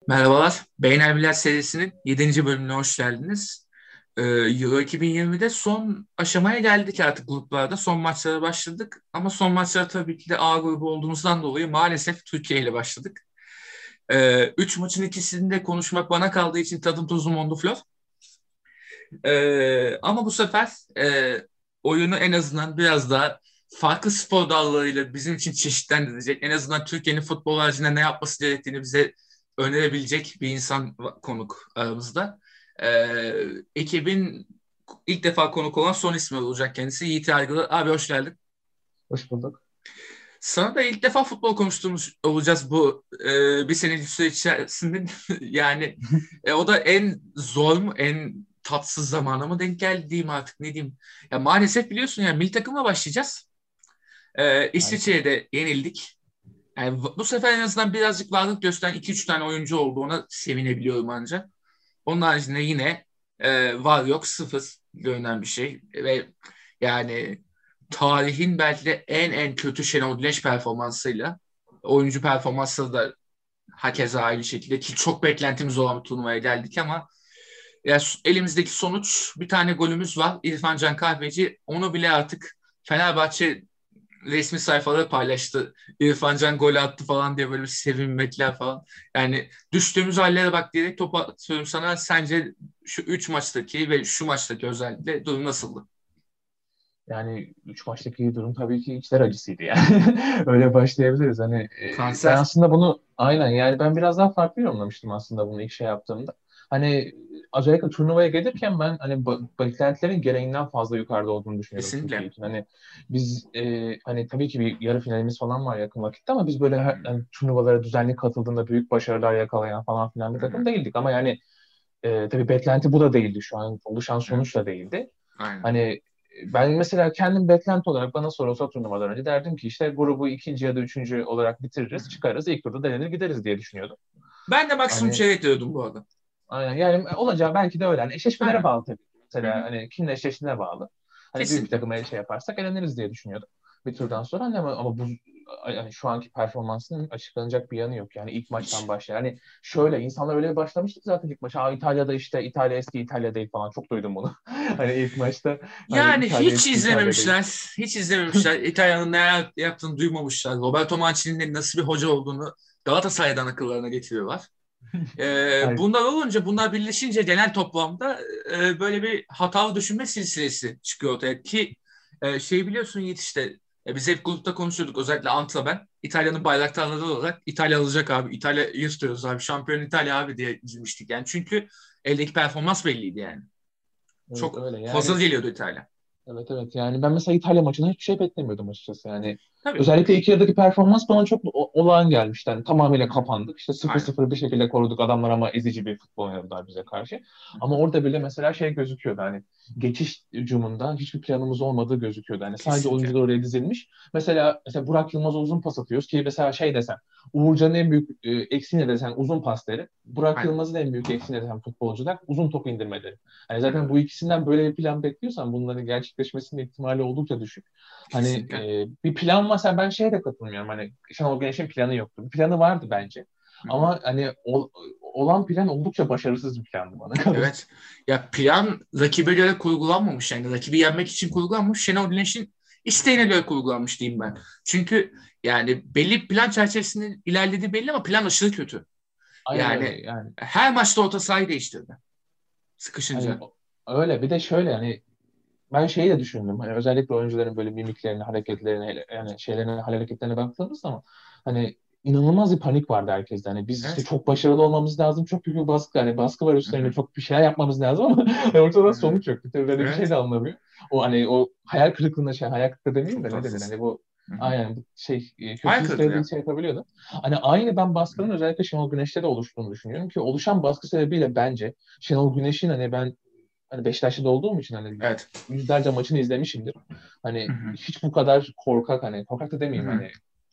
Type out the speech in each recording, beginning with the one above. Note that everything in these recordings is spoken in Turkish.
Merhabalar. Beynelmiler serisinin 7. bölümüne hoş geldiniz. Euro 2020'de son aşamaya geldik artık gruplarda. Son maçlara başladık. Ama son maçlara tabii ki de A grubu olduğumuzdan dolayı maalesef Türkiye ile başladık. Üç maçın ikisinde konuşmak bana kaldığı için tadım tuzum oldu Flor. Ama bu sefer oyunu en azından biraz daha farklı spor dallarıyla bizim için çeşitlendirecek. En azından Türkiye'nin futbol haricinde ne yapması gerektiğini bize önerebilecek bir insan konuk aramızda. Ekibin ilk defa konuk olan son ismi olacak kendisi. Yiğit Aygılı. Abi hoş geldin. Hoş bulduk. Sana da ilk defa futbol konuştuğumuz olacağız bu bir senelik süre içerisinde. Yani o da en zor mu, en tatsız zamana mı denk geldi diyeyim artık ne diyeyim. Ya maalesef biliyorsun ya milli takımla başlayacağız. Maalesef. İsviçre'ye de yenildik. Yani bu sefer en azından birazcık varlık gösteren iki üç tane oyuncu oldu. Ona sevinebiliyorum ancak. Onun haricinde yine var yok sıfır görünen bir şey. Ve yani tarihin belki de en kötü Şenol Güneş performansıyla oyuncu performansı da hakeza aynı şekilde ki çok beklentimiz olan bir turnuvaya geldik ama ya elimizdeki sonuç bir tane golümüz var. İrfan Can Kahveci onu bile artık Fenerbahçe resmi sayfaları paylaştı. İrfan Can gol attı falan diye böyle bir sevinmekler falan. Yani düştüğümüz hallere bak diyerek topu atıyorum sana. Sence şu 3 maçtaki ve şu maçtaki özellikle durum nasıldı? Yani 3 maçtaki durum tabii ki içler acısıydı yani. Öyle başlayabiliriz. Hani ben Kanser. aslında bunu aynen yani ben biraz daha farklı yorumlamıştım aslında bunu ilk şey yaptığımda. Hani özellikle turnuvaya gelirken ben hani beklentilerin gereğinden fazla yukarıda olduğunu düşünüyordum Türkiye Kesinlikle. için. Hani biz hani tabii ki bir yarı finalimiz falan var yakın vakitte ama biz böyle hani turnuvalara düzenli katıldığında büyük başarılar yakalayan falan filan bir Hı hı. takım değildik. Ama yani tabii beklenti bu da değildi şu an. Oluşan Hı. sonuç da değildi. Aynen. Hani ben mesela kendim beklenti olarak bana sorulsa turnuvadan önce derdim ki işte grubu ikinci ya da üçüncü olarak Hı bitiririz, hı. çıkarız, ilk turda denenir gideriz diye düşünüyordum. Ben de maksimum Hani çeyrek diyordum bu arada. aynen, yani olacağı belki de öyle. Hani eşleşmelere Aynen. bağlı tabii. Hı Mesela hı. hani kimle eşleştiğine bağlı. Hani büyük bir Kesinlikle. takıma şey yaparsak eleniriz diye düşünüyordum bir Hı hı. turdan sonra. Hani ama bu yani şu anki performansının açıklanacak bir yanı yok. Yani ilk maçtan Hiç. başlar. Hani şöyle insanlar öyle başlamıştı zaten ilk maça. Aa, İtalya'da işte İtalya eski İtalya değil falan. Çok duydum bunu. Hani ilk maçta hani Yani İtalya hiç eski İtalya değil. izlememişler. Hiç izlememişler. İtalya'nın ne yaptığını duymamışlar. Roberto Mancini'nin nasıl bir hoca olduğunu Galatasaray'dan akıllarına getiriyorlar. Hayır. Bunlar olunca, bunlar birleşince genel toplamda böyle bir hatalı düşünme silsilesi çıkıyor ortaya. Ki şey biliyorsun Yiğit işte biz hep grupta konuşuyorduk özellikle Ant'la ben. İtalya'nın bayraktarları olarak İtalya alacak abi. İtalya'yı istiyoruz abi. Şampiyon İtalya abi diye üzülmüştük yani. Çünkü eldeki performans belliydi yani. Evet Çok öyle hazır yani. geliyordu İtalya. Evet, evet, yani ben mesela İtalya maçında hiçbir şey beklemiyordum açıkçası yani. Tabii. Özellikle ilk yarıdaki performans bana çok olağan gelmişti. Yani Hı tamamıyla hı. kapandık. İşte sıfır Aynen. sıfır bir şekilde koruduk adamlar ama ezici bir futbol oynadılar bize karşı. Hı Ama hı. orada bile mesela şey gözüküyordu hani geçiş hücumunda hiçbir planımız olmadığı gözüküyordu. Hani sadece Kesinlikle. oyuncular oraya dizilmiş. Mesela Burak Yılmaz'a uzun pas atıyoruz ki mesela şey desen Uğurcan'ın en büyük eksiği ne desen uzun pas derim. Burak Aynen. Yılmaz'ın en büyük eksiği ne desen futbolcular uzun top indirmeleri. Hani Hı hı. zaten bu ikisinden böyle bir plan bekliyorsan bunların gerçekleşmesinin ihtimali oldukça düşük. Hani Kesinlikle. bir plan mesela ben şeye de katılmıyorum. Hani Şenol Güneş'in planı yoktu. Bir planı vardı bence. Hı hı. Ama hani olan plan oldukça başarısız bir plandı bana kalırsa. Evet. Ya plan rakibe göre kurgulanmamış yani. Rakibi yenmek için kurgulanmış. Şenol Güneş'in isteğine göre kurgulanmış diyeyim ben. Çünkü yani belli bir plan çerçevesinde ilerlediği belli ama plan aşırı kötü. Aynen öyle Yani yani. her maçta orta sahayı değiştirdi. Hani Sıkışınca. öyle bir de şöyle hani ben şeyi de düşündüm. Hani özellikle oyuncuların böyle mimiklerine, hareketlerine, yani şeylerine, hareketlerine baktığımız zaman hani inanılmaz bir panik vardı herkeste. Hani biz işte Evet. çok başarılı olmamız lazım. Çok büyük bir baskı. Hani baskı var Hı üstlerine hı. çok bir şeyler yapmamız lazım ama hani ortada Hı hı. sonuç yok. Bir de böyle bir şey Evet. de anlamıyor. O hani o hayal kırıklığına şey hayal kırıklığı demeyeyim Çok de ne denir tatsız. hani bu Hı hı. aynen bu şey kötü Hayal kırıklığı hisleri ya. şey yapabiliyordu. Hani aynı ben Hı hı. baskının özellikle Şenol Güneş'te de oluştuğunu düşünüyorum ki oluşan baskı sebebiyle bence Şenol Güneş'in hani Beşiktaş'ta olduğum için hani Evet. yüzlerce maçını izlemişimdir. Hı Hani hı. hiç bu kadar korkak hani korkak da Hı demeyeyim hı. hani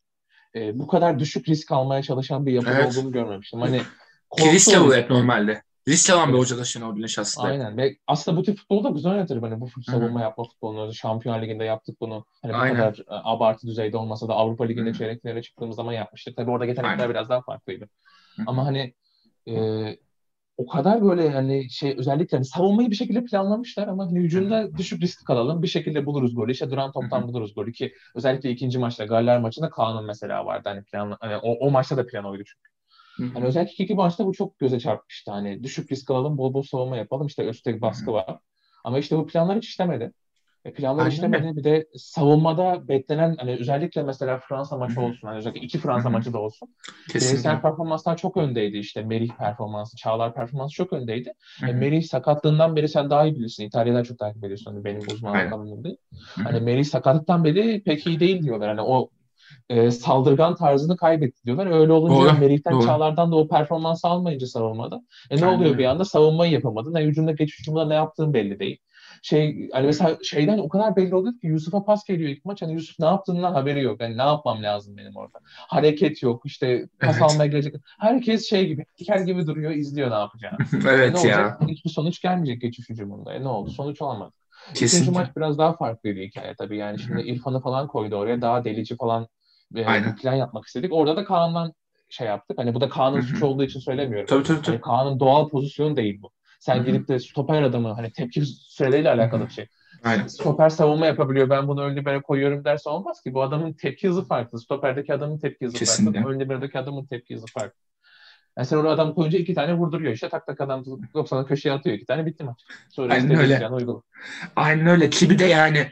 bu kadar düşük risk almaya çalışan bir yapıda Evet. olduğunu görmemiştim. Hani Ki korkusu riskle oydu. hep normalde. Riskle alan bir Evet. hoca da Şenol Güneş aslında hep. Aynen. Ve aslında bu tip futbolda güzel oynatır. Hani bu Hı hı. savunma yapma futbolunu. Şampiyonlar Ligi'nde yaptık bunu. Hani bu Aynen. kadar abartı düzeyde olmasa da Avrupa Hı Ligi'nde hı. çeyreklere çıktığımız zaman yapmıştık. Tabii orada yetenekler Aynen. biraz daha farklıydı. Hı Ama hı. hani e, o kadar böyle hani özellikle hani savunmayı bir şekilde planlamışlar ama hani Hı hı. hücumda düşük risk kalalım. Bir şekilde buluruz golü. İşte duran Hı hı. toptan buluruz golü ki özellikle ikinci maçta Galler maçında Kaan'ın mesela vardı. Hani plan hani o maçta da plan oydu çünkü. Hı Hani hı. özellikle iki maçta bu çok göze çarpmıştı. Hani düşük risk alalım, bol bol savunma yapalım. İşte üstte Hı hı. baskı var. Ama işte bu planlar hiç işlemedi. Planlar Aynen öyle. işlemedi. Bir de savunmada beklenen hani özellikle mesela Fransa Hı maçı hı. olsun. Hani özellikle iki Hı Fransa hı. maçı da olsun. Bireysel Kesinlikle. performanslar çok öndeydi işte. Merih performansı, Çağlar performansı çok öndeydi. Hı hı. Merih sakatlığından beri sen daha iyi bilirsin. İtalya'dan çok takip ediyorsun. Hani benim uzmanlık Aynen. alanım değil. Hı Hani hı. Merih sakatlıktan beri pek iyi değil diyorlar. Hani o saldırgan tarzını kaybetti diyorlar. Öyle olunca Doğru. Merih'ten Doğru. Çağlar'dan da o performansı almayınca savunmada. Ne Aynen oluyor bir öyle. anda? Savunmayı yapamadın. Hücumda geçiş hücumda ne yaptığın belli değil. Hani mesela şeyden o kadar belli oluyor ki Yusuf'a pas geliyor ilk maç. Hani Yusuf ne yaptığından haberi yok. Hani ne yapmam lazım benim orada. Hareket yok. İşte pas Evet. almaya gelecek. Herkes şey gibi, diker gibi duruyor, izliyor ne yapacağını. Ne Evet olacak? ya. Hiçbir sonuç gelmeyecek geçiş hücumunda. Ne oldu? Sonuç olmadı. İkinci maç Kesinlikle. biraz daha farklıydı hikaye tabii. Yani Hı şimdi hı. İrfan'ı falan koydu oraya. Daha delici falan bir Aynen. plan yapmak istedik. Orada da Kaan'dan şey yaptık. Hani bu da Hı Kaan'ın hı. suçu olduğu için söylemiyorum. Tabii tabii Hani tabii. Kaan'ın doğal pozisyonu değil bu. Hı Sen hı. gidip de stoper adamı hani tepki süreleriyle Hı hı. alakalı bir şey. Aynen. Stoper savunma yapabiliyor. Ben bunu ön libero koyuyorum derse olmaz ki. Bu adamın tepki hızı farklı. Stoperdeki adamın tepki hızı farklı. Kesinlikle. Ön liberodaki adamın tepki hızı farklı. Yani sen oraya adam koyunca iki tane vurduruyor. İşte tak tak adam 90'a köşeye atıyor iki tane bitti maç. Sonra Aynen istediğin öyle. planı uygula. Aynen öyle. Ki bir de yani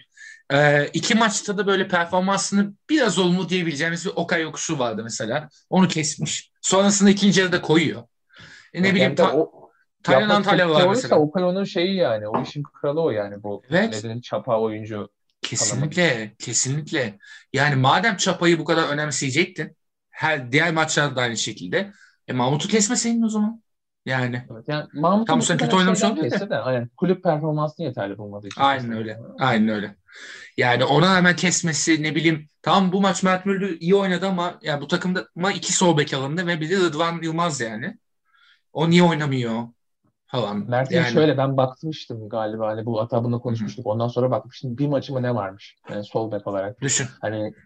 iki maçta da böyle performansını biraz olumlu diyebileceğimiz bir Okay yokuşu vardı mesela. Onu kesmiş. Sonrasında ikinci yarıda koyuyor. Ne Evet, yani bileyim bir de o Taylan yapmak Antalya istedikleri var oysa mesela. Okay onun şeyi yani. O işin kralı o yani. Bu ne Evet. denir çapa oyuncu tanımı. Kesinlikle. Kesinlikle. Yani madem Çapa'yı bu kadar önemseyecektin, her diğer maçlarda da aynı şekilde, Mahmut'u kesmeseydin o zaman. Yani Evet, yani Mahmut'u tam sen kötü muhtemelen oynamış şeyden olabilir kesti de. de hani kulüp performansını yeterli bulmadığı için Aynen kesti öyle. muhtemelen. Aynen öyle. Yani ona hemen kesmesi ne bileyim. Tamam bu maç Mert Müldür iyi oynadı ama yani bu takımda iki sol bek alındı ve bir de Rıdvan Yılmaz yani. O niye oynamıyor falan. Mert'in Yani. şöyle ben bakmıştım galiba hani bu Atab'ınla Hı hı. konuşmuştuk. Ondan sonra bakmıştım. Bir maçı mı ne varmış? Yani sol bek olarak. Düşün. Hani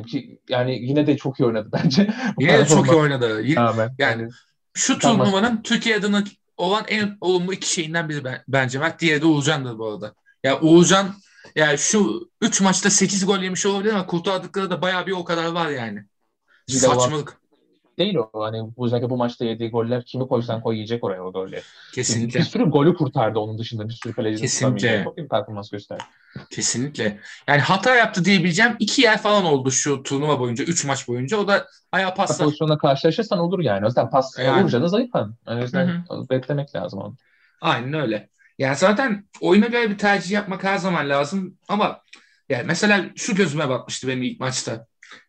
yani yine de çok iyi oynadı bence bu Yine de çok iyi performans oynadı. rağmen. Yani Hani şu tam maç turnuvanın Türkiye adına olan en olumlu iki şeyinden biri bence Mert. Diğeri de Uğurcan'dır bu arada. Ya Uğurcan yani şu 3 maçta 8 gol yemiş olabilir ama kurtardıkları da bayağı bir o kadar var yani. de olan Saçmalık. değil o. Hani özellikle bu maçta yediği goller kimi Hı hı. koysan koy yiyecek oraya o golleri. Ki bir Kesinlikle. sürü golü kurtardı onun dışında bir sürü kalecinin tutamayacağı. Kesinlikle. Çok iyi bir performans gösterdi. Kesinlikle. Yani hata yaptı diyebileceğim iki yer falan oldu şu turnuva boyunca, 3 maç boyunca. O da ayağa paslar. Pozisyonla karşılaşırsan olur yani. O yüzden pas Yani. Uğurcan'ı zayıf han. Yani o Hı yüzden hı. beklemek lazım onu. Aynen öyle. Yani zaten oyuna göre bir tercih yapmak her zaman lazım. Ama yani mesela şu gözüme batmıştı benim ilk maçta.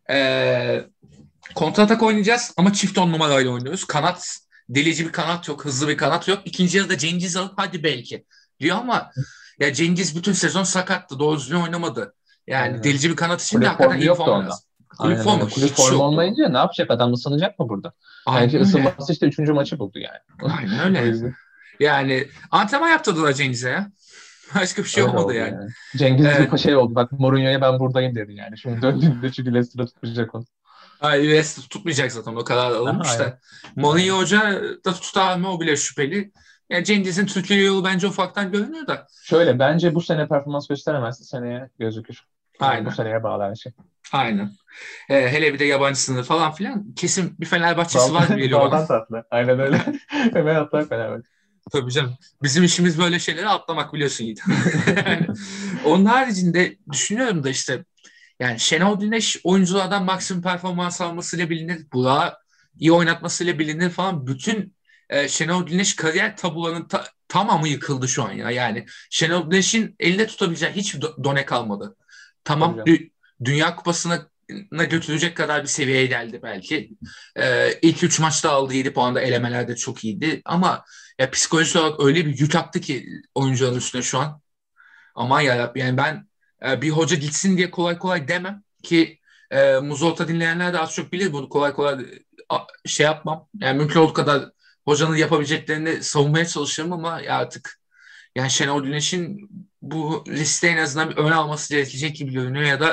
Ee, kontratak oynayacağız ama çift on numarayla oynuyoruz. Kanat, delici bir kanat yok, hızlı bir kanat yok. İkinci yarıda Cengiz alıp hadi belki diyor ama ya Cengiz bütün sezon sakattı. Doğru düzgün oynamadı. Yani Aynen öyle. delici bir kanat için de Kulüp hakikaten formu iyi yoktu formu onda. lazım. Kulüp Aynen formu öyle. Kulüp hiç formu yoktu. olmayınca ne yapacak? Adam ısınacak mı burada? Aynen Belki öyle. ısınması işte üçüncü maçı buldu yani. Aynen O öyle. yüzden Yani antrenman yaptırdılar Cengiz'e ya. Başka bir şey öyle olmadı oldu yani. yani. Cengiz Evet. bir şey oldu. Bak Mourinho'ya ben buradayım dedi yani. Şimdi döndüğünde çünkü Leicester'da tutmayacak onu. Ay, Leicester tutmayacak zaten o kadar Aha, alınmış aynen. da. Mourinho Aynen. Hoca da tutar mı o bile şüpheli. Yani Cengiz'in Türkiye yolu bence ufaktan görünüyor da. Şöyle bence bu sene performans gösteremezse seneye gözükür. Yani bu Aynen. seneye bağlı her şey. Aynen. Hele bir de yabancı sınırı falan filan. Kesin bir Fenerbahçesi Bal, var gibi geliyor bana. baldan tatlı. Aynen öyle. Hemen atlar Fenerbahçe. Tabii canım. Bizim işimiz böyle şeyleri atlamak biliyorsun Yiğit. Yani onun haricinde düşünüyorum da işte yani Şenol Güneş oyunculardan maksimum performans almasıyla bilinir. Burak'ı iyi oynatmasıyla bilinir falan. Bütün Şenol Güneş kariyer tabularının tamamı yıkıldı şu an ya. Yani Şenol Güneş'in elinde tutabileceği hiç done kalmadı. Tabii Tamam canım. Dünya Kupası'na götürecek kadar bir seviyeye geldi belki. İlk 3 maçta aldığı 7 puan da elemelerde çok iyiydi. Ama ya psikolojik olarak öyle bir yük attı ki oyuncuların üstüne şu an. Aman yarabbim yani ben bir hoca gitsin diye kolay kolay demem ki Muzolta dinleyenler de az çok bilir bunu kolay kolay şey yapmam. Yani mümkün olduğu kadar hocanın yapabileceklerini savunmaya çalışırım ama ya artık yani Şenol Güneş'in bu liste en azından bir ön alması gerekecek gibi görünüyor ya da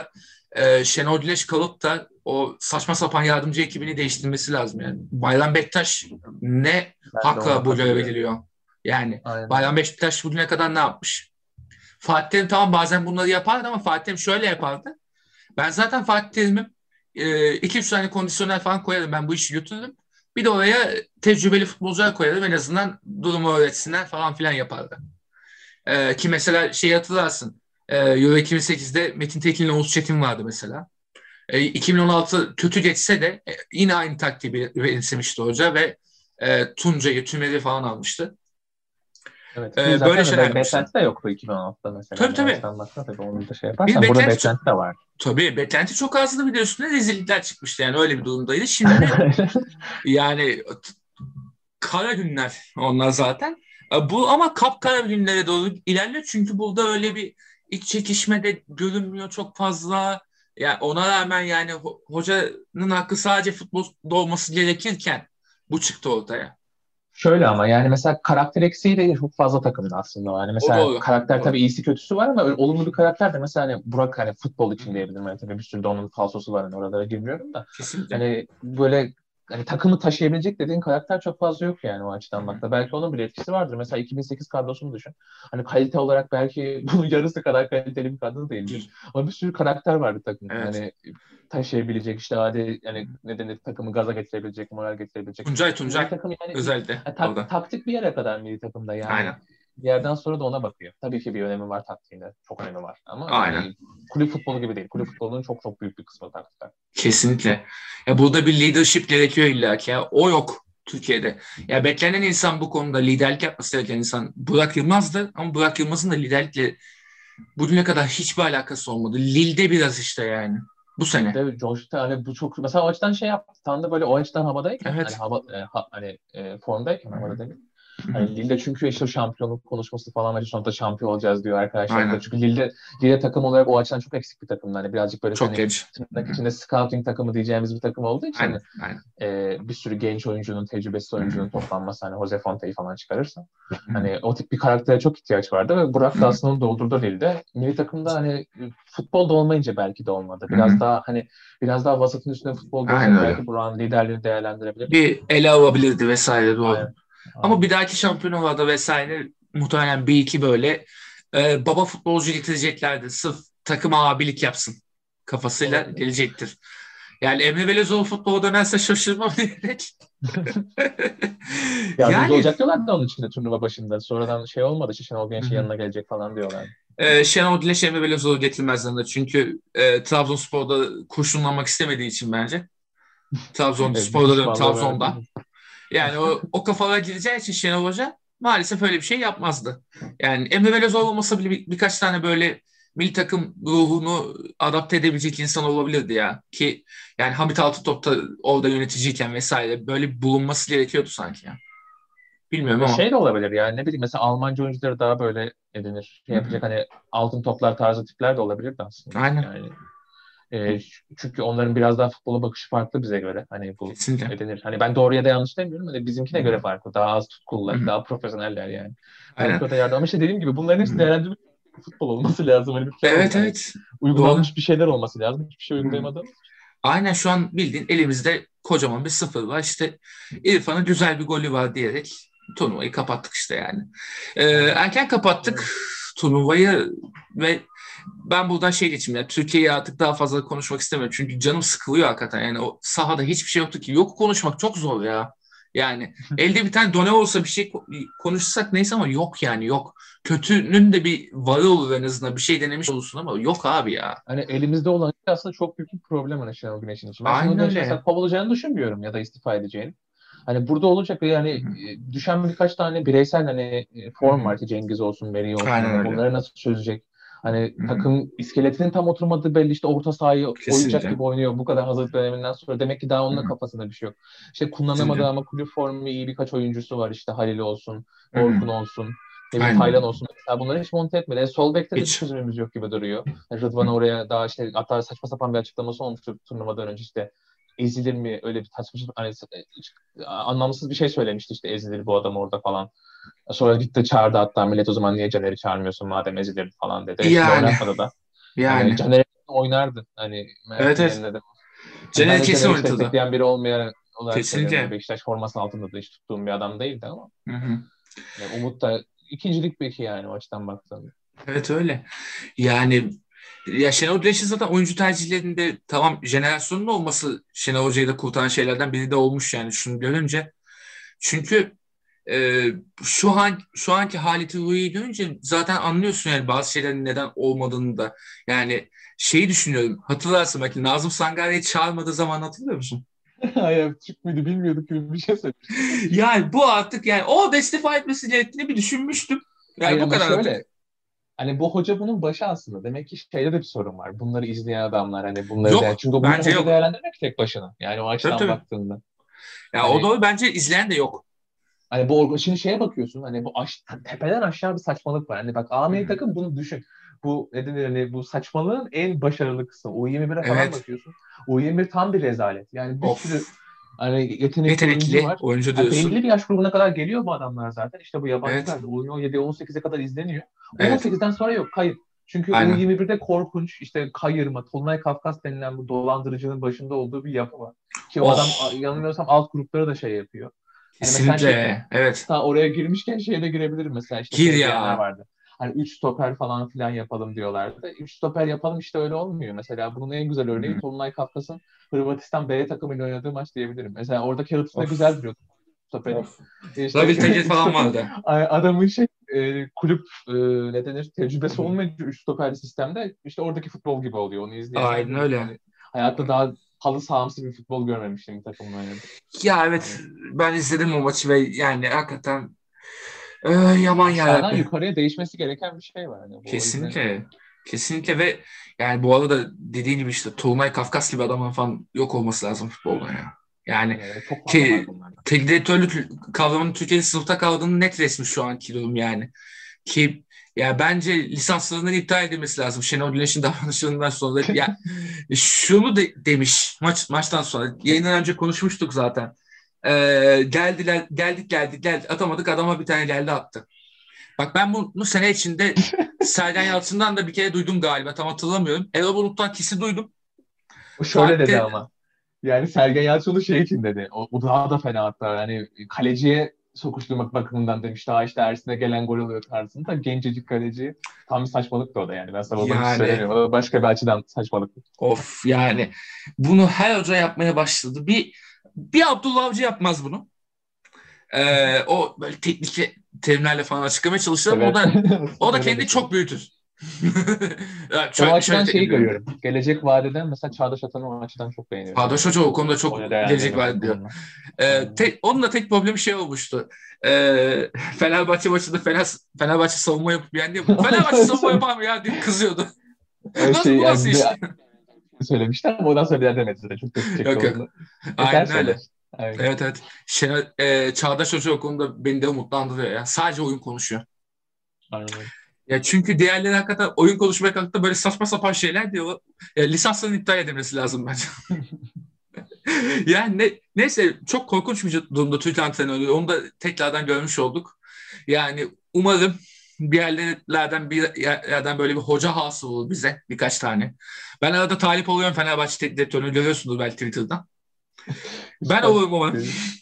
Şenol Güneş kalıp da o saçma sapan yardımcı ekibini değiştirmesi lazım yani. Bayram Bektaş ne Ben de ona hakla bu göreve katılıyorum. geliyor? Yani Aynen. Bayram Bektaş bugüne kadar ne yapmış? Fatih Terim tamam bazen bunları yapardı ama Fatih Terim şöyle yapardı. Ben zaten Fatih Terim'im 2-3 tane kondisyoner falan koyarım. Ben bu işi götürürüm. Bir de oraya tecrübeli futbolcular koyarım. En azından durumu öğretsinler falan filan yapardı. Ki mesela şey hatırlarsın. Euro 2008'de Metin Tekin'le Oğuz Çetin vardı mesela. 2016 kötü geçse de yine aynı taktiği benimsemişti hoca ve Tuncay'ı, Tümer'i falan almıştı. Evet ki Böyle zaten şeyler yapmıştı. beklenti de yoktu 2016'da mesela. Tabii Hani o tabii. açıdan baktığında tabii onu da şey Bir yaparsan burada beklenti çok, beklenti de var. tabii beklenti çok azdı bir de üstüne rezillikler çıkmıştı yani öyle bir durumdaydı. Şimdi yani kara günler onlar zaten. Bu ama kapkara günlere doğru ilerliyor çünkü burada öyle bir iç çekişme de görünmüyor çok fazla. Yani ona rağmen yani hocanın hakkı sadece futbolda olması gerekirken bu çıktı ortaya. Şöyle ama yani mesela karakter eksiği de çok fazla takımın aslında. Yani O mesela doğru. karakter tabii Doğru. iyisi kötüsü var ama öyle olumlu bir karakter de mesela hani Burak hani futbol için diyebilirim. Yani tabii bir sürü de onun falsosu var hani oralara girmiyorum da. Kesinlikle. Hani böyle hani takımı taşıyabilecek dediğin karakter çok fazla yok yani o açıdan baktığında. Belki onun bile etkisi vardır. Mesela 2008 kadrosunu düşün. Hani kalite olarak belki bunun yarısı kadar kaliteli bir kadro değildir. Değil. Ama bir sürü karakter vardı takımda. Evet. Hani taşıyabilecek işte hadi yani ne denir takımı gaza getirebilecek, moral getirebilecek. Milli Tuncay takım yani özellikle orada. taktik bir yere kadar milli takımda yani Aynen. bir yerden sonra da ona bakıyor. Tabii ki bir önemi var taktiğinde. Çok önemi var. Ama Aynen. yani kulüp futbolu gibi değil. Kulüp futbolunun çok çok büyük bir kısmı taktikler. Kesinlikle. Ya burada bir leadership gerekiyor illa ki ya. O yok Türkiye'de. Ya beklenen insan bu konuda liderlik yapması gereken insan Burak Yılmaz'dı ama Burak Yılmaz'ın da liderlikle bugüne kadar hiçbir alakası olmadı. Lille'de biraz işte yani. Bu sene. Lille, Josh'ta hani bu çok mesela o açıdan şey yaptı. Tam da böyle o açıdan havadayken hani Evet. formdayken havada değil. Hani Lille çünkü işte şampiyonluk konuşması falan var. Sonunda şampiyon olacağız diyor arkadaşlarımıza. Aynen. Çünkü Lille takım olarak o açıdan çok eksik bir takımdı. Hani birazcık böyle Çok hani genç. tırnak içinde scouting takımı diyeceğimiz bir takım olduğu için hani Aynen. Aynen. bir sürü genç oyuncunun, tecrübesiz oyuncunun toplanması hani Jose Fonte'yi falan çıkarırsa hani o tip bir karaktere çok ihtiyaç vardı ve Burak da aslında onu doldurdu Lille'de. Milli takımda hani futbolda olmayınca belki de olmadı. Biraz daha vasatın üstünde futbolda Aynen olsaydı öyle. belki Burak'ın liderliğini değerlendirebilirdik. Bir ele alabilirdi vesaire doğru. Aynen. Ama Aynen. bir dahaki şampiyonada vesaire muhtemelen bir iki böyle baba futbolcu getireceklerdi. Sırf takıma abilik yapsın kafasıyla Olabilir. gelecektir. Yani Emre Belözoğlu futbola dönerse şaşırmam diyerek. Yardımcı Yani olacak diyorlar da onun için de turnuva başında. Sonradan şey olmadı. Şenol Güneş'in yanına gelecek falan diyorlar. Şenol Güneş Emre Belözoğlu getirmezler de. Çünkü Trabzonspor'da kurşunlanmak istemediği için bence. Evet, bir Trabzonspor'da diyorum pişmanlığı verdi. Trabzon'da. Yani o kafalara gireceği için Şenol Hoca maalesef öyle bir şey yapmazdı. Yani Emre Belözoğlu olmasa bile birkaç tane böyle milli takım ruhunu adapte edebilecek insan olabilirdi ya. Ki yani Hamit Altıntop da orada yöneticiyken vesaire böyle bir bulunması gerekiyordu sanki ya. Bilmiyorum Ya ama. şey de olabilir yani ne bileyim mesela Almanca oyuncuları daha böyle edinir. Şey Hı hı. yapacak hani altın toplar tarzı tipler de olabilirdi aslında. Aynen. Yani çünkü onların biraz daha futbola bakışı farklı bize göre. Hani bu Kesinlikle. edinir. Hani ben doğru ya da yanlış demiyorum. Hani Hı bizimkine hı. göre farklı. Daha az Hı tutkuller, hı. daha profesyoneller yani. Belki Aynen. o da yardım. Ama işte dediğim gibi bunların Hı hepsi hı. değerlendirmek futbol olması lazım. Hani bir plan Evet hani evet. Doğru. uygulanmış bir şeyler olması lazım. Hiçbir şey Hı hı. uygulayamadığımız için. Aynen şu an bildiğin elimizde kocaman bir sıfır var. İşte İrfan'ın güzel bir golü var diyerek turnuvayı kapattık işte yani. Aynen. Erken kapattık Öyle. turnuvayı ve ben buradan şey geçeyim ya Türkiye'yi artık daha fazla konuşmak istemiyorum. Çünkü canım sıkılıyor hakikaten. Yani o sahada hiçbir şey yoktu ki. Yok konuşmak çok zor ya. Yani elde bir tane done olsa bir şey konuşsak neyse ama yok yani yok. Kötünün de bir varı olur en azından bir şey denemiş olursun ama yok abi ya. Hani elimizde olan şey aslında çok büyük bir problem hani Şenol Güneş'in için. Ben Şenol Aynen Güneş'in öyle. mesela kovulacağını düşünmüyorum ya da istifa edeceğini. Hani burada olacak yani Hı hı. düşen birkaç tane bireysel hani Hı form hı. var ki Cengiz olsun, Meri olsun Aynen hani öyle. onları nasıl çözecek? Hani Hı hı. takım iskeletinin tam oturmadığı belli işte orta sahayı oyuncak Kesinlikle. gibi oynuyor bu kadar hazırlık döneminden sonra demek ki daha Hı onun da hı. kafasında bir şey yok. İşte kullanamadığı Kesinlikle. ama kulüp formu iyi birkaç oyuncusu var işte Halil olsun, Hı hı. Orkun olsun. Ne bileyim Aynen öyle. Taylan olsun. Mesela bunları hiç monte etmedi. Sol bekte de bir Hiç. çözümümüz yok gibi duruyor. Rıdvan oraya daha işte hatta saçma sapan bir açıklaması olmuştu turnuvadan önce işte ezilir mi öyle bir saçma hani anlamsız bir şey söylemişti işte ezilir bu adam orada falan. Sonra gitti çağırdı hatta millet o zaman niye Caner'i çağırmıyorsun madem ezilir falan dedi. Şimdi Yani. oynatmadı da. Hani Yani. oynardı. Hani Evet, Mert'in evet. yerine de. Hani ben Caner de kesin Caner'i hiç oynatıldı. destekleyen biri olmayan olarak söylüyorum. Hani Kesinlikle. Beşiktaş forması altında da hiç tuttuğum bir adam değildi ama. Hı hı. Yani Umut da ikincilik beki yani o açıdan baktığında. Evet, öyle. Yani ya Şenol Güneş'in zaten oyuncu tercihlerinde tamam jenerasyonun olması Şenol Hoca'yı da kurtaran şeylerden biri de olmuş yani şunu görünce. Çünkü e, şu anki Halit Rui'yi görünce zaten anlıyorsun yani bazı şeylerin neden olmadığını da. Yani şeyi düşünüyorum. Hatırlarsın belki Nazım Sangare'yi çağırmadığı zaman hatırlıyor musun? Hayır, Türk müydü bilmiyorduk gibi bir şey söylemiştim. Yani bu artık yani o da istifa etmesi gerektiğini bir düşünmüştüm. Yani Hayır bu ama kadar artık. şöyle hani bu hoca bunun başı aslında. Demek ki şeyde de bir sorun var. Bunları izleyen adamlar hani bunları Yok. çünkü bunu Bence hoca yok. değerlendirmek tek başına. Yani o Tabii, açıdan tabii. baktığında. Ya o Hani doğru bence izleyen de yok. hani şimdi şeye bakıyorsun hani bu tepeden aşağı bir saçmalık var. Hani bak A Hı milli hı. takım bunu düşün. Bu ne denir hani bu saçmalığın en başarılı kısmı. U21'e falan Evet. bakıyorsun. U21 tam bir rezalet. Yani bir sürü Of. hani yetenekli oyuncu Yetenekli var. oyuncu Ha, belli diyorsun. bir yaş grubuna kadar geliyor bu adamlar zaten. İşte bu Evet. yabancılar da 17-18'e kadar izleniyor. Evet. 18'den sonra yok kayıp. Çünkü Aynen. U21'de korkunç işte kayırma, Tolunay Kafkas denilen bu dolandırıcının başında olduğu bir yapı var. Ki o adam Oh. yanılmıyorsam alt grupları da şey yapıyor. Hani mesela Kesinlikle. Evet. ta oraya girmişken şeye de girebilirim mesela işte Gir şey diyenler ya. vardı. Hani 3 stoper falan filan yapalım diyorlardı. 3 stoper yapalım işte öyle olmuyor. Mesela bunun en güzel örneği Hı. Tolunay Kafkas'ın Hırvatistan B takımıyla oynadığı maç diyebilirim. Mesela orada kağıt üstünde güzel Of. duruyordu stoperi. Of. İşte Nabil Fekir 3 falan stoper vardı. adamın kulüp ne denir Hı tecrübesi hı. olmayınca 3 stoperli sistemde işte oradaki futbol gibi oluyor. Onu izleyenler Aynen bilir. öyle. Hani hayatta daha halı sahamsı bir futbol görmemiştim bir takımın oynadı. Ya evet Hani ben izledim o maçı ve yani hakikaten yaman aşağıdan yarabbi. yukarıya değişmesi gereken bir şey var. Hani bu o yüzden Kesinlikle. Kesinlikle ve yani bu arada dediğin gibi işte Tolunay Kafkas gibi adamın falan yok olması lazım futbolda ya. Yani aynen öyle. Çok fazla ki var bunlardan. teknik direktörlük kavramının Türkiye'de sınıfta kaldığının net resmi şu anki durum yani. Ki ya bence lisanslarının iptal edilmesi lazım. Şenol Güneş'in davranışlarından sonra. Ya şunu demiş maçtan sonra. Yayından önce konuşmuştuk zaten. Geldik atamadık adama bir tane geldi attı. Bak ben bunu sene içinde Sergen Yalçın'dan da bir kere duydum galiba tam hatırlamıyorum. Erol Bulut'tan kesin duydum. O şöyle dedi Fatih ama. Yani Sergen Yalçın'ın şey için dedi. O daha da fena hatta. Yani kaleciye sokuşturmak bakımından demiş. Daha işte Ersin'e gelen gol oluyor tarzında. Gencecik kaleci. Tam bir saçmalık da o da yani. Ben savunmak için yani söylemiyorum. O da başka bir açıdan saçmalık. of yani bunu her hoca yapmaya başladı. Bir Abdullah Avcı yapmaz bunu. O böyle teknik terimlerle falan açıklamaya çalışır ama Evet. o da Öyle kendini çok yapıyor. büyütür. Yani Ben o şöyle açıdan şeyi teknik terimler. görüyorum. Gelecek vadeden mesela Çağdaş Atan'ı o açıdan çok beğeniyorum. Çağdaş Hani Hoca o konuda çok oyunu gelecek değerlendirme var diyor. bakımından. Aynen. Onun da tek problemi şey olmuştu. Fenerbahçe maçında Fenerbahçe savunma yapıp yendi ya. Fenerbahçe Öyle savunma söyle. yapar mı ya diye kızıyordu. Şey Bu nasıl yani iş? söylemişti ama ondan sonra bir daha demedi zaten. Çok tepki çekti Yok, yok. olduğunu. Ters Aynen o da öyle. işte. Aynen. Evet, evet. Çağdaş Hoca o konuda beni de umutlandırıyor ya. Sadece oyun konuşuyor. Aynen öyle. Ya çünkü diğerleri hakikaten oyun konuşmaya kalktı böyle saçma sapan şeyler diyor. Lisanslarını iptal edilmesi lazım bence. Yani neyse çok korkunç bir durumda Türk antrenörü. Onu da tekrardan görmüş olduk. Yani umarım bir yerden böyle bir hoca hasıl olur bize birkaç tane. Ben arada talip oluyorum Fenerbahçe teknik direktörünü görüyorsunuz belki Twitter'dan. Ben Süper. olurum umarım.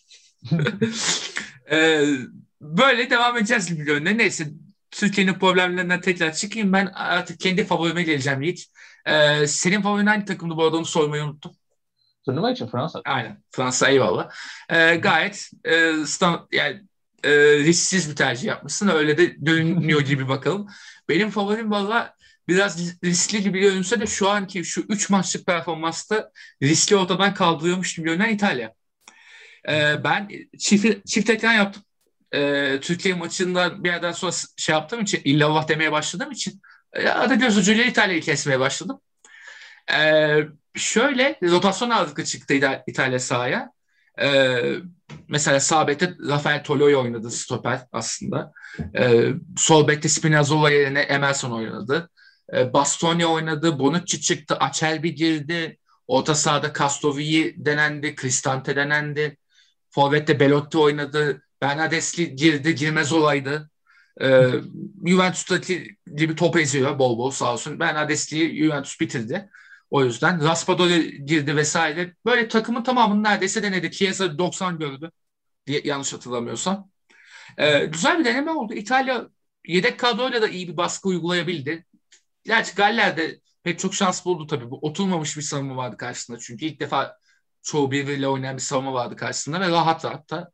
Ee, Böyle devam edeceğiz gibi görünüyor. Neyse Türkiye'nin problemlerinden tekrar çıkayım. Ben artık kendi favorime geleceğim Yiğit. Senin favorin hangi takımdı bu arada onu sormayı unuttum. Turnuva için Fransa. Aynen. Fransa eyvallah. Gayet yani risksiz bir tercih yapmışsın. Öyle de görünüyor gibi bakalım. Benim favorim valla biraz riskli gibi görünse de şu anki şu 3 maçlık performansta riski ortadan kaldırıyormuş gibi görünen İtalya. Ben çift ekran yaptım. Türkiye maçından bir yerden sonra şey yaptığım için illallah demeye başladığım için adı göz ucuyla İtalya'yı kesmeye başladım. Ee, Şöyle rotasyon ağırlıklı çıktı İtalya sahaya. Ee, Mesela sağ bekte Rafael Toloi oynadı stoper aslında. Sol bekte Spinazzola yerine Emerson oynadı. Bastoni oynadı. Bonucci çıktı. Acerbi girdi. Orta sahada Castrovilli denendi. Cristante denendi. Forvet'te Belotti oynadı. Bernardeschi girdi. Girmez olaydı. Ee, Juventus'taki gibi top eziyor bol bol sağ olsun. Bernardeschi'yi Juventus bitirdi. O yüzden Raspadori girdi vesaire. Böyle takımın tamamını neredeyse denedi. Chiesa 90 gördü diye, yanlış hatırlamıyorsam. Güzel bir deneme oldu. İtalya yedek kadroyla da iyi bir baskı uygulayabildi. Gerçi Galler de pek çok şans buldu tabii. Bu oturmamış bir savunma vardı karşısında. Çünkü ilk defa çoğu birbiriyle oynayan bir savunma vardı karşısında ve rahat rahat da